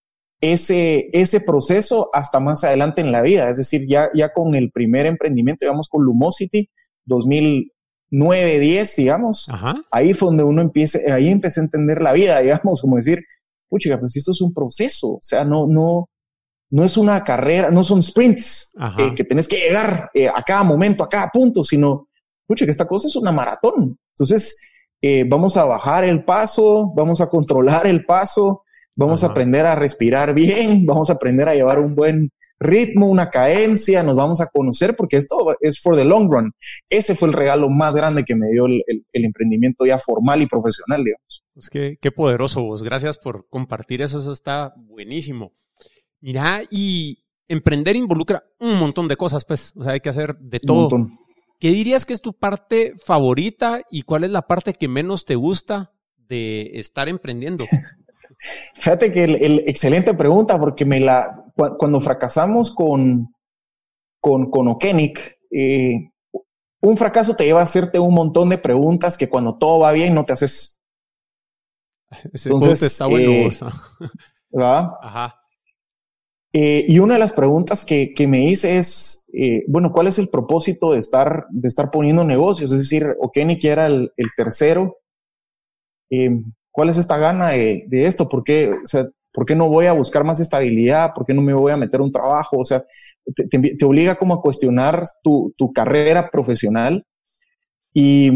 ese, ese proceso hasta más adelante en la vida. Es decir, ya, ya con el primer emprendimiento, digamos, con Lumosity, dos mil nueve, diez, digamos, Ajá. ahí fue donde uno empieza, ahí empecé a entender la vida, digamos, como decir, puchica, pues esto es un proceso, o sea, no, no, no es una carrera, no son sprints eh, que tenés que llegar eh, a cada momento, a cada punto, sino, puchica, esta cosa es una maratón. Entonces, eh, vamos a bajar el paso, vamos a controlar el paso, vamos Ajá. a aprender a respirar bien, vamos a aprender a llevar un buen ritmo, una cadencia, nos vamos a conocer, porque esto es for the long run. Ese fue el regalo más grande que me dio el, el, el emprendimiento ya formal y profesional, digamos. Pues qué, qué poderoso vos. Gracias por compartir eso. Eso está buenísimo. Mira, y emprender involucra un montón de cosas, pues. O sea, hay que hacer de todo. Un montón. ¿Qué dirías que es tu parte favorita y cuál es la parte que menos te gusta de estar emprendiendo? Fíjate que el, el excelente pregunta, porque me la cuando fracasamos con con, con Okenic, eh, un fracaso te lleva a hacerte un montón de preguntas que cuando todo va bien no te haces. Ese Entonces está bueno. Eh, ¿verdad? Ajá. Eh, y una de las preguntas que, que me hice es, eh, bueno, ¿cuál es el propósito de estar, de estar poniendo negocios? Es decir, Okenic era el, el tercero. Eh, ¿Cuál es esta gana de, de esto? ¿Por qué, o sea, ¿por qué no voy a buscar más estabilidad? ¿Por qué no me voy a meter a un trabajo? O sea, te, te, te obliga como a cuestionar tu, tu carrera profesional. Y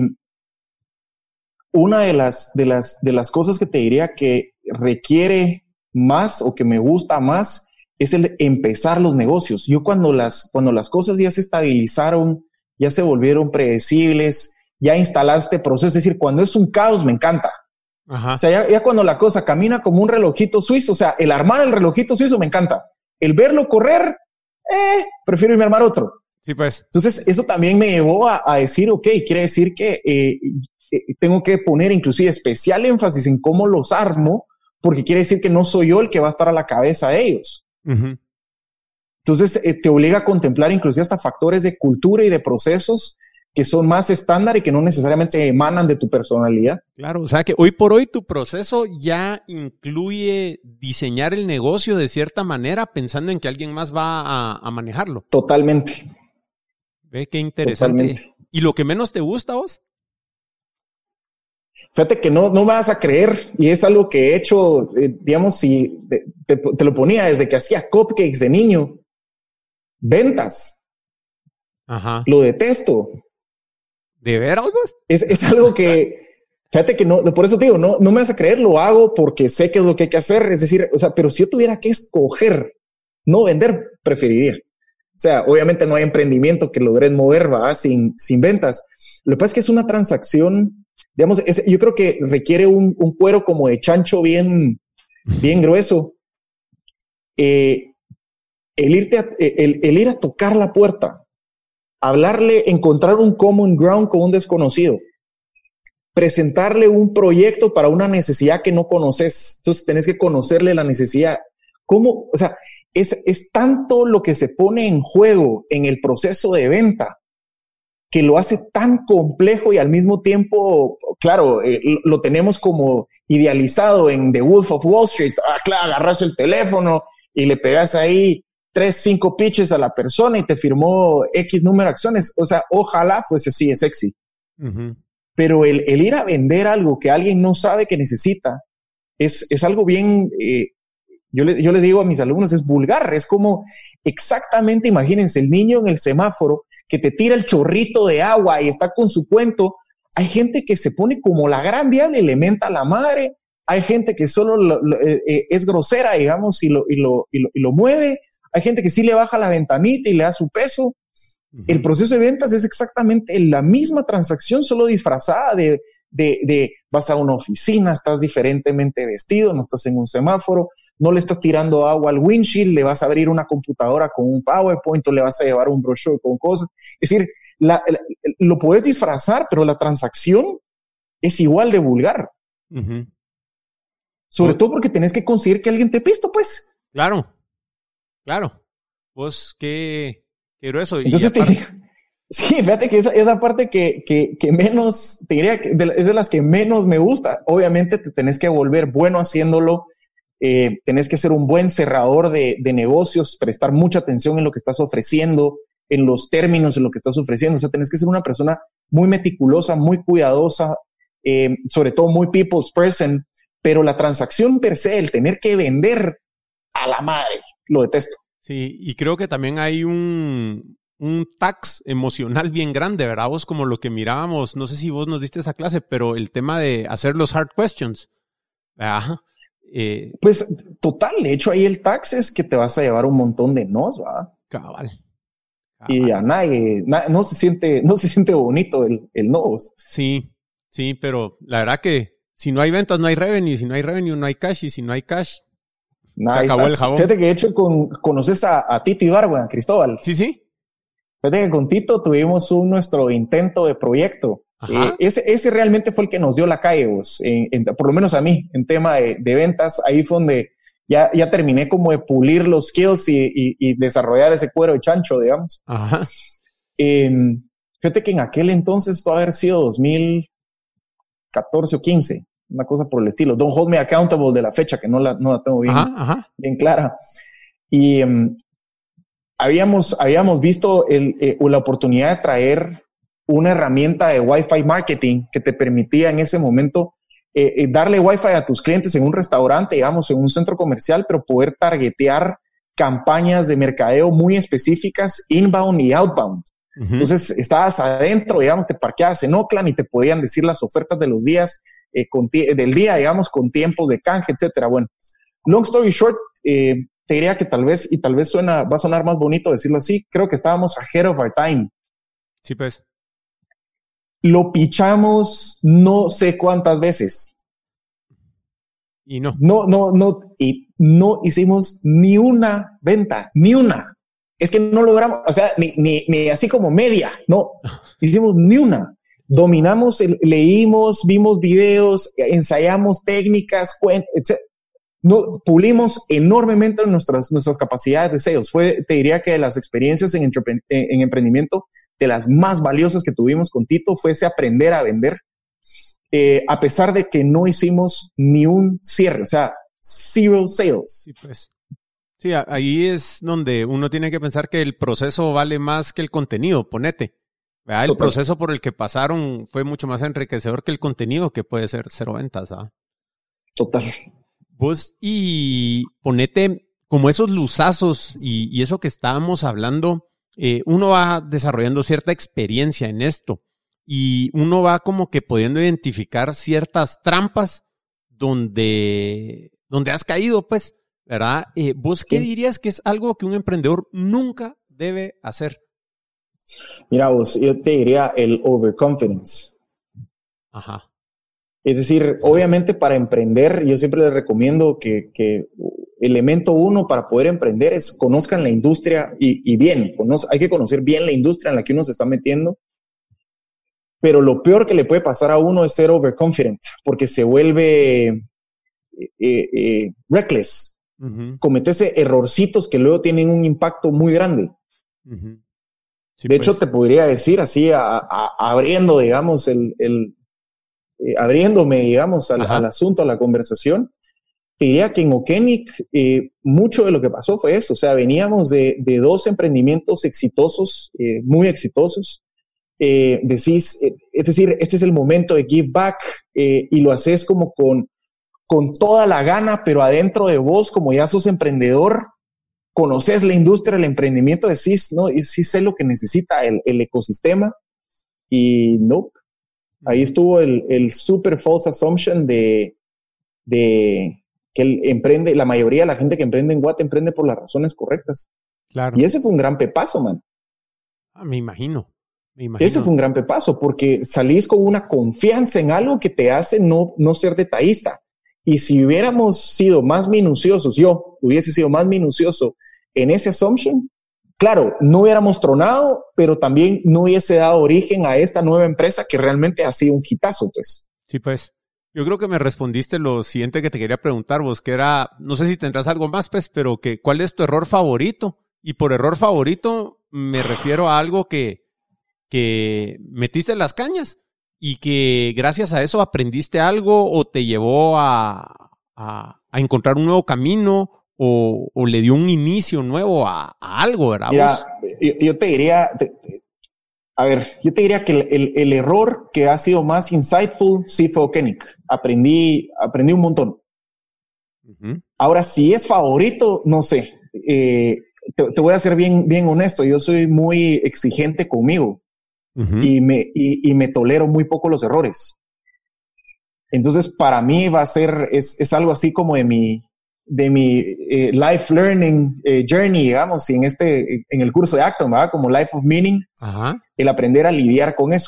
una de las, de, las, de las cosas que te diría que requiere más o que me gusta más es el empezar los negocios. Yo cuando las, cuando las cosas ya se estabilizaron, ya se volvieron predecibles, ya instalaste proceso, es decir, cuando es un caos me encanta. Ajá. O sea, ya, ya cuando la cosa camina como un relojito suizo, o sea, el armar el relojito suizo me encanta. El verlo correr, eh, prefiero irme a armar otro. Sí, pues. Entonces, eso también me llevó a, a decir, ok, quiere decir que eh, eh, tengo que poner inclusive especial énfasis en cómo los armo, porque quiere decir que no soy yo el que va a estar a la cabeza de ellos. Uh-huh. Entonces, eh, te obliga a contemplar inclusive hasta factores de cultura y de procesos que son más estándar y que no necesariamente emanan de tu personalidad. Claro, o sea que hoy por hoy tu proceso ya incluye diseñar el negocio de cierta manera pensando en que alguien más va a, a manejarlo. Totalmente. Ve qué interesante. Totalmente. ¿Y lo que menos te gusta a vos? Fíjate que no, no me vas a creer, y es algo que he hecho, eh, digamos, si te, te, te lo ponía desde que hacía cupcakes de niño. Ventas. Ajá. Lo detesto. ¿De veras vos? Es, es algo que, Fíjate que no, por eso te digo, no, no me vas a creer, lo hago porque sé que es lo que hay que hacer. Es decir, o sea, pero si yo tuviera que escoger no vender, preferiría. O sea, obviamente no hay emprendimiento que logres mover, ¿va? Sin, sin ventas. Lo que pasa es que es una transacción, digamos, es, yo creo que requiere un, un cuero como de chancho bien, bien grueso. Eh, el, irte a, el, el ir a tocar la puerta, hablarle, encontrar un common ground con un desconocido, presentarle un proyecto para una necesidad que no conoces. Entonces tenés que conocerle la necesidad. ¿Cómo? O sea, es, es tanto lo que se pone en juego en el proceso de venta que lo hace tan complejo y al mismo tiempo, claro, eh, lo tenemos como idealizado en The Wolf of Wall Street. Ah, claro, agarras el teléfono y le pegas ahí tres, cinco pitches a la persona y te firmó X número de acciones. O sea, ojalá fuese así, es sexy. Uh-huh. Pero el, el ir a vender algo que alguien no sabe que necesita es, es algo bien, eh, yo, le, yo les digo a mis alumnos, es vulgar. Es como exactamente, imagínense, el niño en el semáforo que te tira el chorrito de agua y está con su cuento. Hay gente que se pone como la gran diabla y le menta a la madre. Hay gente que solo lo, lo, eh, es grosera, digamos, y lo, y, lo, y, lo, y lo mueve. Hay gente que sí le baja la ventanita y le da su peso. El proceso de ventas es exactamente la misma transacción, solo disfrazada de, de, de vas a una oficina, estás diferentemente vestido, no estás en un semáforo, no le estás tirando agua al windshield, le vas a abrir una computadora con un PowerPoint o le vas a llevar un brochure con cosas. Es decir, la, la, lo puedes disfrazar, pero la transacción es igual de vulgar. Uh-huh. Sobre pues, todo porque tenés que conseguir que alguien te pisto, pues. Claro, claro. Vos, qué... Pero eso, entonces, y aparte... te, sí, fíjate que esa es la parte que, que, que menos, te diría que de, es de las que menos me gusta. Obviamente te tenés que volver bueno haciéndolo, eh, tenés que ser un buen cerrador de, de negocios, prestar mucha atención en lo que estás ofreciendo, en los términos en lo que estás ofreciendo. O sea, tenés que ser una persona muy meticulosa, muy cuidadosa, eh, sobre todo muy people's person, pero la transacción per se, el tener que vender a la madre, lo detesto. Sí, y creo que también hay un, un tax emocional bien grande, ¿verdad? Vos como lo que mirábamos, no sé si vos nos diste esa clase, pero el tema de hacer los hard questions. ¿Verdad? Eh, pues total, de hecho ahí el tax es que te vas a llevar un montón de nos, ¿verdad? Cabal. cabal. Y a nadie, na, no se siente, no se siente bonito el, el no. Sí, sí, pero la verdad que si no hay ventas no hay revenue, si no hay revenue no hay cash y si no hay cash... Nah, se acabó estás, el jabón. Fíjate que de hecho con, conoces a, a Tito Ibargüen, Cristóbal. Sí, sí. Fíjate que con Tito tuvimos un nuestro intento de proyecto. Eh, ese, ese realmente fue el que nos dio la calle, vos, en, en, por lo menos a mí, en tema de, de ventas. Ahí fue donde ya, ya terminé como de pulir los skills y, y, y desarrollar ese cuero de chancho, digamos. Ajá. Eh, fíjate que en aquel entonces esto haber sido dos mil catorce o quince. Una cosa por el estilo. Don't hold me accountable de la fecha, que no la, no la tengo bien, ajá, ajá. bien clara. Y um, habíamos, habíamos visto el, eh, la oportunidad de traer una herramienta de Wi-Fi marketing que te permitía en ese momento eh, eh, darle Wi-Fi a tus clientes en un restaurante, digamos, en un centro comercial, pero poder targetear campañas de mercadeo muy específicas, inbound y outbound. Uh-huh. Entonces, estabas adentro, digamos, te parqueabas en Oakland y te podían decir las ofertas de los días, Eh, con del día, digamos, con tiempos de canje, etcétera. Bueno, long story short, eh, te diría que tal vez, y tal vez suena, va a sonar más bonito decirlo así, creo que estábamos ahead of our time. Sí, pues. Lo pichamos no sé cuántas veces. Y no. No, no, no, y no hicimos ni una venta, ni una. Es que no logramos, o sea, ni, ni, ni así como media, no, hicimos ni una. Dominamos, leímos, vimos videos, ensayamos técnicas, cuentos, etcétera. No, pulimos enormemente nuestras, nuestras capacidades de sales. Fue, te diría que de las experiencias en, entrep- en emprendimiento, de las más valiosas que tuvimos con Tito, fue ese aprender a vender, eh, a pesar de que no hicimos ni un cierre, o sea, zero sales. Sí, pues. Sí, ahí es donde uno tiene que pensar que el proceso vale más que el contenido, ponete. ¿Verdad? El Total. proceso por el que pasaron fue mucho más enriquecedor que el contenido, que puede ser cero ventas. ¿Ah? Total. Vos, y ponete como esos luzazos y, y eso que estábamos hablando, eh, uno va desarrollando cierta experiencia en esto, y uno va como que pudiendo identificar ciertas trampas donde, donde has caído, pues, ¿verdad? Eh, ¿Vos sí. qué dirías que es algo que un emprendedor nunca debe hacer? Mira, vos, yo te diría el overconfidence. Ajá. Es decir, obviamente para emprender, yo siempre les recomiendo que, que elemento uno para poder emprender es conozcan la industria y, y bien, conoce, hay que conocer bien la industria en la que uno se está metiendo. Pero lo peor que le puede pasar a uno es ser overconfident, porque se vuelve eh, eh, reckless. Uh-huh. Comete errorcitos que luego tienen un impacto muy grande. Uh-huh. Sí, de pues. hecho, te podría decir así, a, a, abriendo, digamos, el... el Eh, abriéndome, digamos, al, al asunto, a la conversación, te diría que en Okenic eh, mucho de lo que pasó fue eso. O sea, veníamos de, de dos emprendimientos exitosos, eh, muy exitosos. Eh, decís, eh, es decir, este es el momento de give back eh, y lo haces como con, con toda la gana, pero adentro de vos, como ya sos emprendedor, conoces la industria, el emprendimiento, decís, no, sí sé lo que necesita el, el ecosistema y no. Ahí estuvo el, el super false assumption de, de que él emprende, la mayoría de la gente que emprende en Watt emprende por las razones correctas. Claro. Y ese fue un gran pepazo, man. Ah, me imagino, me imagino. Ese fue un gran pepazo porque salís con una confianza en algo que te hace no, no ser detallista. Y si hubiéramos sido más minuciosos, yo hubiese sido más minucioso en ese assumption, claro, no hubiéramos tronado, pero también no hubiese dado origen a esta nueva empresa que realmente ha sido un hitazo, pues. Sí, pues. Yo creo que me respondiste lo siguiente que te quería preguntar vos, que era, no sé si tendrás algo más, pues, pero que ¿cuál es tu error favorito? Y por error favorito me refiero a algo que, que metiste las cañas y que gracias a eso aprendiste algo o te llevó a, a, a encontrar un nuevo camino. O, o le dio un inicio nuevo a, a algo, ¿verdad? Mira, yo, yo te diría, te, te, a ver, yo te diría que el, el, el error que ha sido más insightful sí fue Okenic. Aprendí, aprendí un montón. Uh-huh. Ahora, si es favorito, no sé. Eh, te, te voy a ser bien, bien honesto. Yo soy muy exigente conmigo uh-huh. y, me, y, y me tolero muy poco los errores. Entonces, para mí va a ser, es, es algo así como de mi... de mi eh, life learning eh, journey, digamos, y en este, en el curso de Acton, ¿verdad? Como Life of Meaning, Ajá. el aprender a lidiar con eso.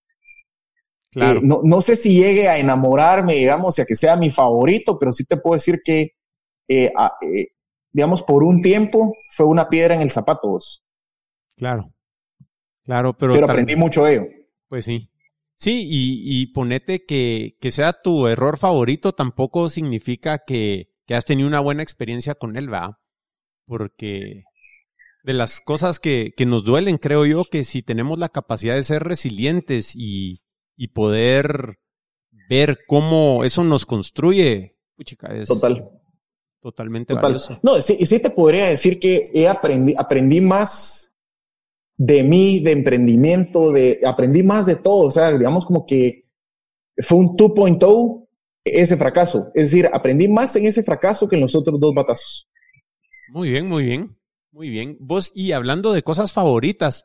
Claro. Eh, no, no sé si llegue a enamorarme, digamos, y a que sea mi favorito, pero sí te puedo decir que, eh, a, eh, digamos, por un tiempo fue una piedra en el zapato. Vos. Claro, claro, pero... Pero aprendí tal... mucho de ello. Pues sí. Sí, y, y ponete que, que sea tu error favorito tampoco significa que que has tenido una buena experiencia con él, ¿va? Porque de las cosas que, que nos duelen, creo yo, que si tenemos la capacidad de ser resilientes y, y poder ver cómo eso nos construye, puchica, es Total. totalmente Total. valioso. No, sí, sí te podría decir que he aprendí, aprendí más de mí, de emprendimiento, de, aprendí más de todo, o sea, digamos como que fue un dos punto cero ese fracaso. Es decir, aprendí más en ese fracaso que en los otros dos batazos. Muy bien, muy bien. Muy bien. Vos, y hablando de cosas favoritas,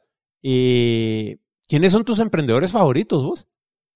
eh, ¿quiénes son tus emprendedores favoritos, vos?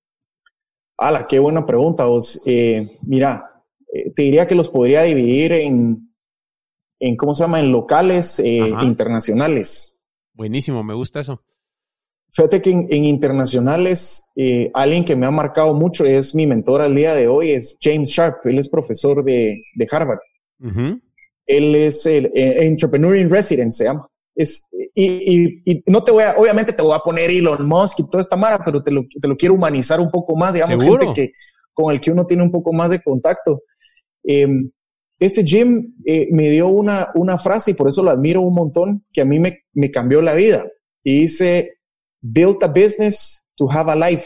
¡Hala! Qué buena pregunta, vos. Eh, mira, eh, te diría que los podría dividir en, en ¿cómo se llama? En locales eh, internacionales. Buenísimo, me gusta eso. Fíjate que en, en internacionales, eh, alguien que me ha marcado mucho es mi mentor al día de hoy, es James Sharp. Él es profesor de, de Harvard. Uh-huh. Él es el eh, Entrepreneur in Residence, se llama. Es, y, y, y no te voy a, obviamente te voy a poner Elon Musk y toda esta mara, pero te lo, te lo quiero humanizar un poco más, digamos, ¿Seguro? gente que, con el que uno tiene un poco más de contacto. Eh, este Jim eh, me dio una, una frase y por eso lo admiro un montón, que a mí me, me cambió la vida. Y dice, build a business to have a life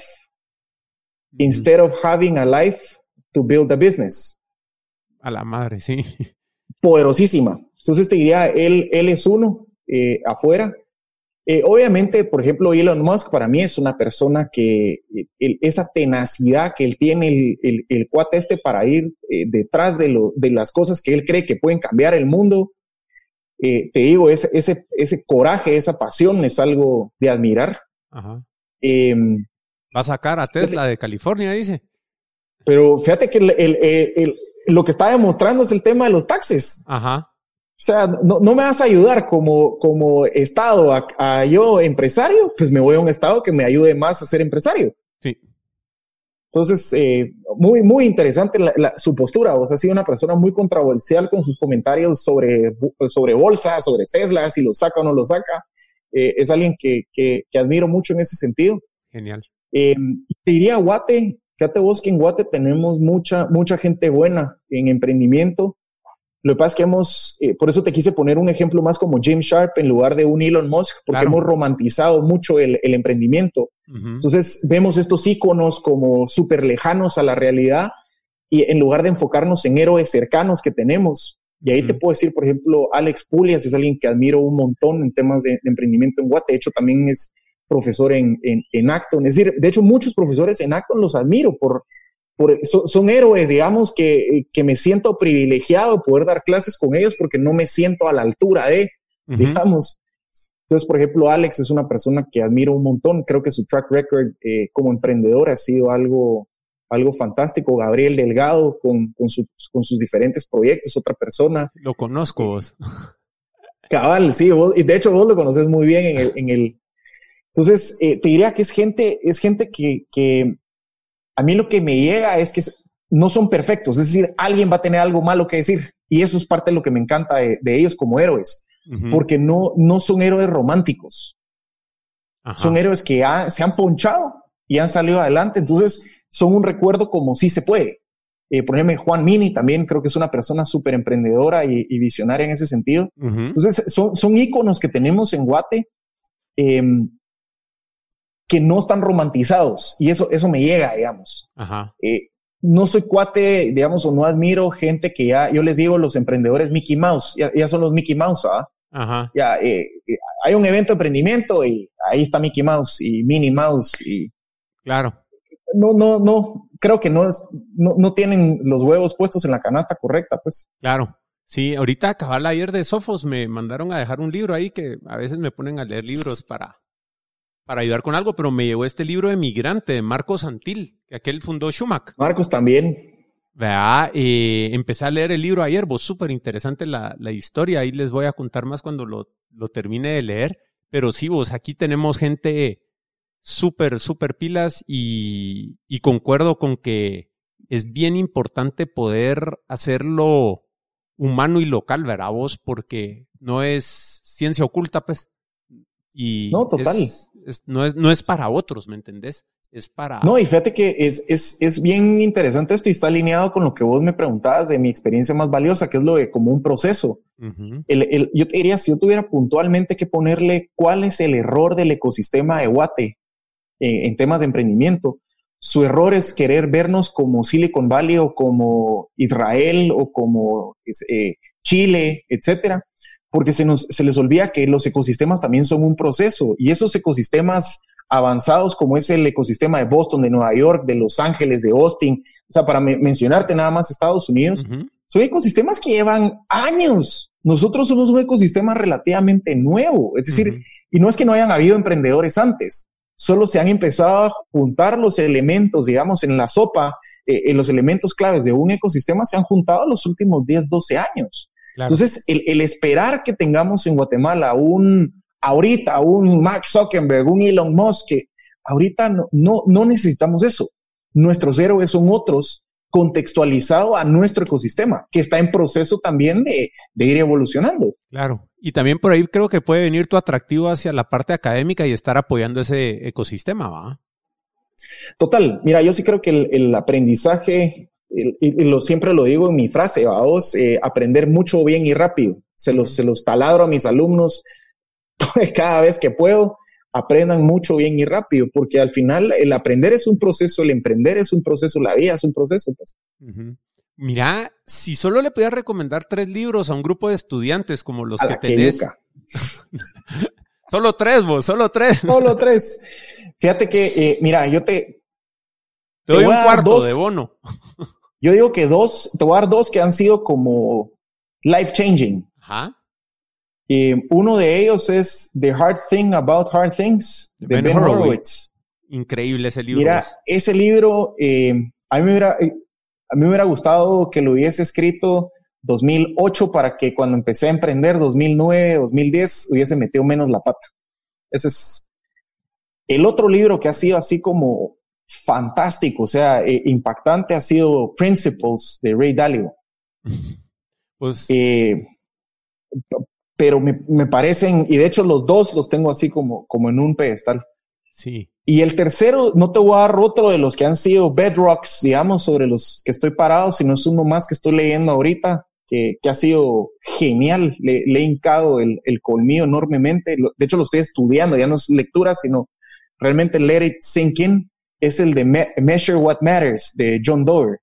mm. instead of having a life to build a business. A la madre, sí. Poderosísima. Entonces te diría, él, él es uno eh, afuera. Eh, obviamente, por ejemplo, Elon Musk para mí es una persona que el, esa tenacidad que él tiene, el, el, el cuate este para ir eh, detrás de, lo, de las cosas que él cree que pueden cambiar el mundo. Eh, te digo, ese, ese, ese coraje, esa pasión es algo de admirar. Ajá. Eh, Va a sacar a Tesla de California, dice. Pero fíjate que el, el, el, el, lo que está demostrando es el tema de los taxes. Ajá. O sea, no, no me vas a ayudar como, como Estado a, a yo empresario, pues me voy a un Estado que me ayude más a ser empresario. Sí. Entonces, eh, muy, muy interesante la, la, su postura. O sea, ha sido una persona muy controversial con sus comentarios sobre, sobre bolsa, sobre Tesla, si lo saca o no lo saca. Eh, es alguien que, que, que admiro mucho en ese sentido. Genial. Eh, te diría Guate, fíjate vos que en Guate tenemos mucha, mucha gente buena en emprendimiento. Lo que pasa es que hemos, eh, por eso te quise poner un ejemplo más como Jim Sharp en lugar de un Elon Musk, porque claro. hemos romantizado mucho el, el emprendimiento. Uh-huh. Entonces vemos estos íconos como súper lejanos a la realidad y en lugar de enfocarnos en héroes cercanos que tenemos. Y ahí uh-huh. te puedo decir, por ejemplo, Alex Pulias es alguien que admiro un montón en temas de, de emprendimiento en Guate. De hecho, también es profesor en, en, en Acton. Es decir, de hecho, muchos profesores en Acton los admiro por... Por, son, son héroes, digamos, que, que me siento privilegiado de poder dar clases con ellos porque no me siento a la altura de, uh-huh. digamos. Entonces, por ejemplo, Alex es una persona que admiro un montón. Creo que su track record eh, como emprendedor ha sido algo, algo fantástico. Gabriel Delgado con, con, su, con sus diferentes proyectos, otra persona. Lo conozco vos. Cabal, sí. Vos, y de hecho, vos lo conoces muy bien en el... En el entonces, eh, te diría que es gente, es gente que... que a mí lo que me llega es que no son perfectos, es decir, alguien va a tener algo malo que decir y eso es parte de lo que me encanta de, de ellos como héroes, uh-huh. porque no, no son héroes románticos, Ajá. son héroes que ha, se han ponchado y han salido adelante, entonces son un recuerdo como sí se puede. Eh, por ejemplo, Juan Mini también creo que es una persona súper emprendedora y, y visionaria en ese sentido. Uh-huh. Entonces son, son íconos que tenemos en Guate, eh, que no están romantizados y eso, eso me llega, digamos. Ajá. Eh, no soy cuate, digamos, o no admiro gente que ya, yo les digo los emprendedores Mickey Mouse, ya, ya son los Mickey Mouse, ¿ah? Ajá. Ya, eh, eh, hay un evento de emprendimiento y ahí está Mickey Mouse y Minnie Mouse y... Claro. No, no, no, creo que no, es, no, no tienen los huevos puestos en la canasta correcta, pues. Claro. Sí, ahorita acababa ayer de Sofos, me mandaron a dejar un libro ahí que a veces me ponen a leer libros para... para ayudar con algo, pero me llegó este libro de Migrante, de Marcos Antil, que aquel fundó Schumacher. Marcos también. Vea, eh, empecé a leer el libro ayer, vos, súper interesante la, la historia, ahí les voy a contar más cuando lo, lo termine de leer, pero sí, vos, aquí tenemos gente súper, súper pilas y, y concuerdo con que es bien importante poder hacerlo humano y local, ¿verdad vos? Porque no es ciencia oculta, pues. Y no, total. Es, es, no, es, no es para otros, ¿me entendés? Es para... No, y fíjate que es, es, es bien interesante esto y está alineado con lo que vos me preguntabas de mi experiencia más valiosa, que es lo de como un proceso. Uh-huh. El, el, yo te diría, si yo tuviera puntualmente que ponerle cuál es el error del ecosistema de Guate eh, en temas de emprendimiento, su error es querer vernos como Silicon Valley o como Israel o como eh, Chile, etcétera. Porque se, nos, se les olvida que los ecosistemas también son un proceso y esos ecosistemas avanzados como es el ecosistema de Boston, de Nueva York, de Los Ángeles, de Austin, o sea, para me- mencionarte nada más Estados Unidos, uh-huh. son ecosistemas que llevan años. Nosotros somos un ecosistema relativamente nuevo, es decir, uh-huh. y no es que no hayan habido emprendedores antes, solo se han empezado a juntar los elementos, digamos, en la sopa, eh, en los elementos claves de un ecosistema se han juntado en los últimos diez, doce años. Claro. Entonces, el, el esperar que tengamos en Guatemala un, ahorita, un Mark Zuckerberg, un Elon Musk, que ahorita no, no, no necesitamos eso. Nuestros héroes son otros contextualizado a nuestro ecosistema, que está en proceso también de, de ir evolucionando. Claro. Y también por ahí creo que puede venir tu atractivo hacia la parte académica y estar apoyando ese ecosistema, ¿va? Total. Mira, yo sí creo que el, el aprendizaje... Y, y lo, siempre lo digo en mi frase, vamos, eh, aprender mucho, bien y rápido. Se los, se los taladro a mis alumnos cada vez que puedo, aprendan mucho, bien y rápido, porque al final el aprender es un proceso, el emprender es un proceso, la vida es un proceso. Pues. Uh-huh. Mira, si solo le pudieras recomendar tres libros a un grupo de estudiantes como los a que la tenés. Que Solo tres, vos, solo tres. Solo tres. Fíjate que, eh, mira, yo te... Te doy un cuarto dos, de bono. Yo digo que dos, te voy a dar dos que han sido como life changing. Ajá. Eh, uno de ellos es The Hard Thing About Hard Things de Ben, Ben Horowitz. Increíble ese libro. Mira, vos. ese libro, eh, a mí me hubiera, a mí me hubiera gustado que lo hubiese escrito dos mil ocho para que cuando empecé a emprender, dos mil nueve, dos mil diez, hubiese metido menos la pata. Ese es el otro libro que ha sido así como fantástico, o sea, eh, impactante, ha sido Principles de Ray Dalio. Pues, eh, pero me, me parecen, y de hecho los dos los tengo así como, como en un pedestal. sí. Y el tercero, no te voy a dar otro de los que han sido bedrocks, digamos, sobre los que estoy parado, sino es uno más que estoy leyendo ahorita, que, que ha sido genial. Le, le he hincado el, el colmillo enormemente. De hecho, lo estoy estudiando, ya no es lectura, sino realmente let it sink in. Es el de Me- Measure What Matters, de John Doerr.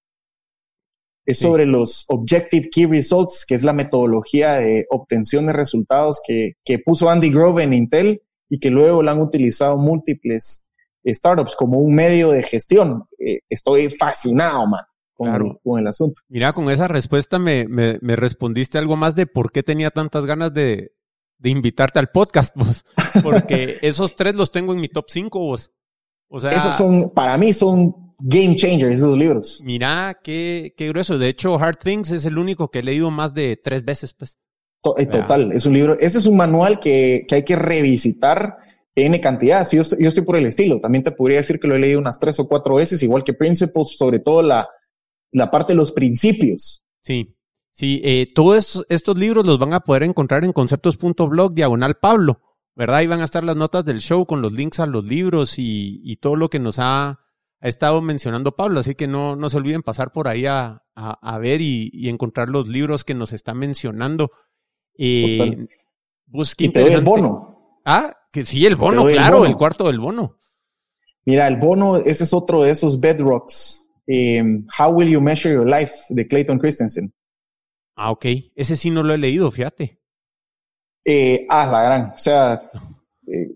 Es Sí. sobre los Objective Key Results, que es la metodología de obtención de resultados que, que puso Andy Grove en Intel y que luego la han utilizado múltiples eh, startups como un medio de gestión. Eh, estoy fascinado, man, con, Claro. el, con el asunto. Mira, con esa respuesta me, me, me respondiste algo más de por qué tenía tantas ganas de, de invitarte al podcast, vos. Porque esos tres los tengo en mi top cinco, vos. O sea, Esos son, para mí, son game changers, esos libros. mira qué, qué grueso. De hecho, Hard Things es el único que he leído más de tres veces, pues. To- eh, Total, es un libro. Ese es un manual que, que hay que revisitar en cantidad. Si yo, estoy, yo estoy por el estilo. También te podría decir que lo he leído unas tres o cuatro veces, igual que Principles, sobre todo la, la parte de los principios. Sí, sí. Eh, todos estos libros los van a poder encontrar en conceptos.blog diagonal Pablo, ¿verdad? Ahí van a estar las notas del show con los links a los libros y, y todo lo que nos ha, ha estado mencionando Pablo. Así que no, no se olviden pasar por ahí a, a, a ver y, y encontrar los libros que nos está mencionando. Eh, pues, qué Y te doy el interesante. bono. Ah, que sí, el bono, doy el claro, bono. el cuarto del bono. Mira, el bono, ese es otro de esos bedrocks. Um, How Will You Measure Your Life, de Clayton Christensen. Ah, ok. Ese sí no lo he leído, fíjate. Eh, ah, la gran. O sea, eh,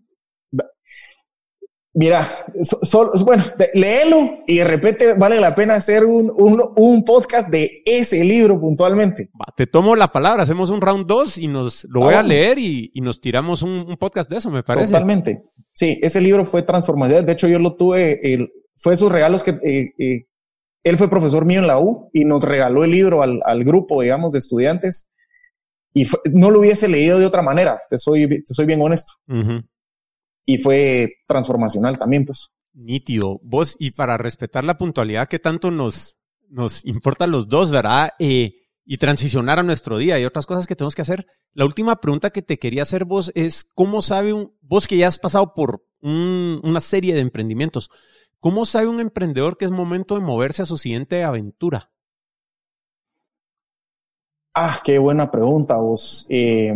mira, so, so, bueno, de, léelo y de repente vale la pena hacer un, un, un podcast de ese libro puntualmente. Va, te tomo la palabra, hacemos un round dos y nos lo voy Ah, a leer y, y nos tiramos un, un podcast de eso, me parece. Totalmente. Sí, ese libro fue transformador. De hecho, yo lo tuve, el, fue sus regalos que eh, eh, él fue profesor mío en la U y nos regaló el libro al, al grupo, digamos, de estudiantes. Y fue, no lo hubiese leído de otra manera, te soy, te soy bien honesto. Uh-huh. Y fue transformacional también, pues. Nítido. Vos, y para respetar la puntualidad que tanto nos, nos importa a los dos, ¿verdad? Eh, y transicionar a nuestro día y otras cosas que tenemos que hacer. La última pregunta que te quería hacer vos es, ¿cómo sabe un, vos que ya has pasado por un, una serie de emprendimientos, cómo sabe un emprendedor que es momento de moverse a su siguiente aventura? Ah, qué buena pregunta, vos. Eh,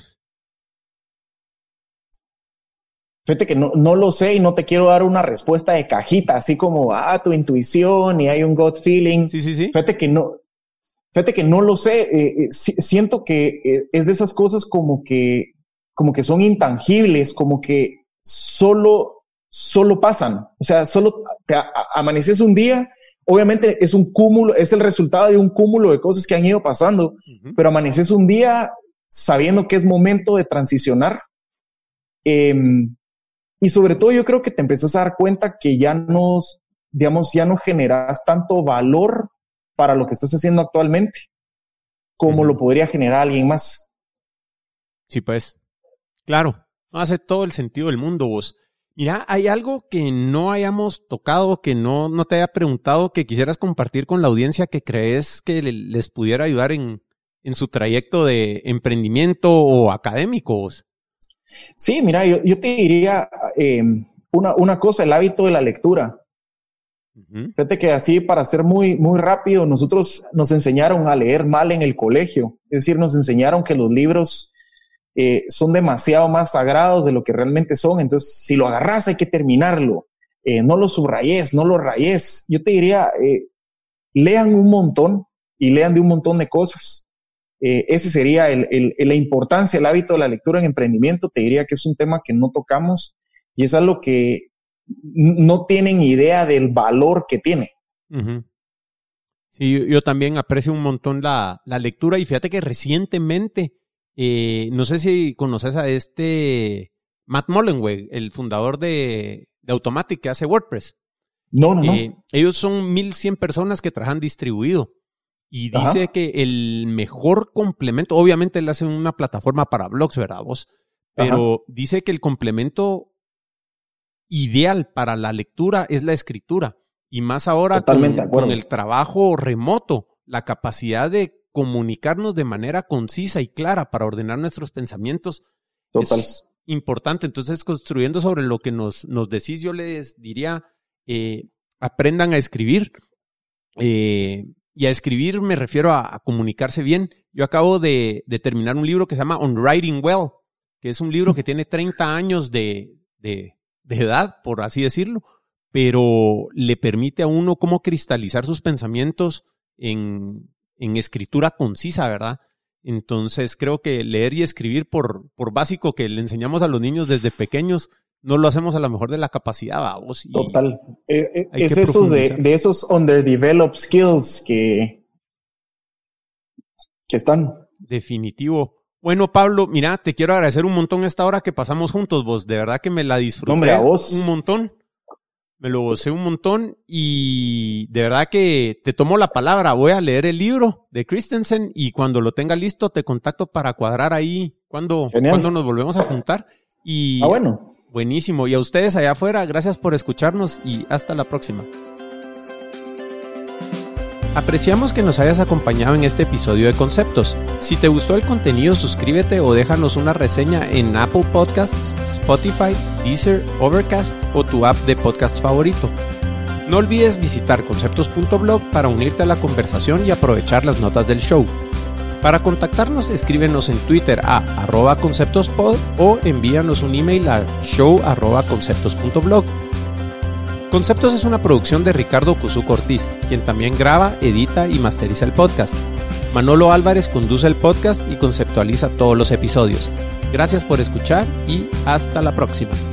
fíjate que no, no lo sé y no te quiero dar una respuesta de cajita, así como, ah, tu intuición y hay un gut feeling. Sí, sí, sí. Fíjate que no, fíjate que no lo sé. Eh, eh, si, siento que eh, es de esas cosas como que, como que son intangibles, como que solo, solo pasan. O sea, solo te a, a, amaneces un día. Obviamente es un cúmulo, es el resultado de un cúmulo de cosas que han ido pasando, uh-huh. Pero amaneces un día sabiendo que es momento de transicionar. Eh, y sobre todo yo creo que te empiezas a dar cuenta que ya no, digamos, ya no generas tanto valor para lo que estás haciendo actualmente como uh-huh. Lo podría generar alguien más. Sí, pues, claro, hace todo el sentido del mundo vos. Mira, ¿hay algo que no hayamos tocado, que no, no te haya preguntado, que quisieras compartir con la audiencia que crees que le, les pudiera ayudar en, en su trayecto de emprendimiento o académicos? Sí, mira, yo, yo te diría eh, una, una cosa, el hábito de la lectura. Uh-huh. Fíjate que así, para ser muy, muy rápido, nosotros nos enseñaron a leer mal en el colegio. Es decir, nos enseñaron que los libros Eh, son demasiado más sagrados de lo que realmente son. Entonces, si lo agarras hay que terminarlo. Eh, no lo subrayes, no lo rayes. Yo te diría, eh, lean un montón y lean de un montón de cosas. Eh, ese sería el, el, el, la importancia, el hábito de la lectura en emprendimiento. Te diría que es un tema que no tocamos y es algo que no tienen idea del valor que tiene. Uh-huh. Sí, yo, yo también aprecio un montón la, la lectura y fíjate que recientemente Eh, no sé si conoces a este Matt Mullenweg, el fundador de, de Automattic que hace WordPress. No, no, no. Eh, ellos son mil cien personas que trabajan distribuido. Y dice Ajá. que el mejor complemento, obviamente él hace una plataforma para blogs, ¿verdad vos? Pero Ajá. dice que el complemento ideal para la lectura es la escritura. Y más ahora con, con el trabajo remoto, la capacidad de comunicarnos de manera concisa y clara para ordenar nuestros pensamientos Total. es importante. Entonces, construyendo sobre lo que nos, nos decís, yo les diría, eh, aprendan a escribir. Eh, y a escribir me refiero a, a comunicarse bien. Yo acabo de, de terminar un libro que se llama On Writing Well, que es un libro que tiene treinta años de, de, de edad, por así decirlo, pero le permite a uno cómo cristalizar sus pensamientos en, en escritura concisa, ¿verdad? Entonces creo que leer y escribir, por, por básico que le enseñamos a los niños desde pequeños, no lo hacemos a lo mejor de la capacidad, vamos. Total. Eh, es esos de, de esos underdeveloped skills que, que están. Definitivo. Bueno, Pablo, mira, te quiero agradecer un montón esta hora que pasamos juntos, vos. De verdad que me la disfruté Hombre, a vos. un montón. Me lo gocé un montón y de verdad que te tomo la palabra. Voy a leer el libro de Christensen y cuando lo tenga listo te contacto para cuadrar ahí cuando, cuando nos volvemos a juntar. Y ah, bueno. Buenísimo. Y a ustedes allá afuera, gracias por escucharnos y hasta la próxima. Apreciamos que nos hayas acompañado en este episodio de Conceptos. Si te gustó el contenido, suscríbete o déjanos una reseña en Apple Podcasts, Spotify, Deezer, Overcast o tu app de podcast favorito. No olvides visitar conceptos punto blog para unirte a la conversación y aprovechar las notas del show. Para contactarnos, escríbenos en Twitter a arroba conceptospod o envíanos un email a show arroba conceptos punto blog. Conceptos es una producción de Ricardo Cuzuco Ortiz, quien también graba, edita y masteriza el podcast. Manolo Álvarez conduce el podcast y conceptualiza todos los episodios. Gracias por escuchar y hasta la próxima.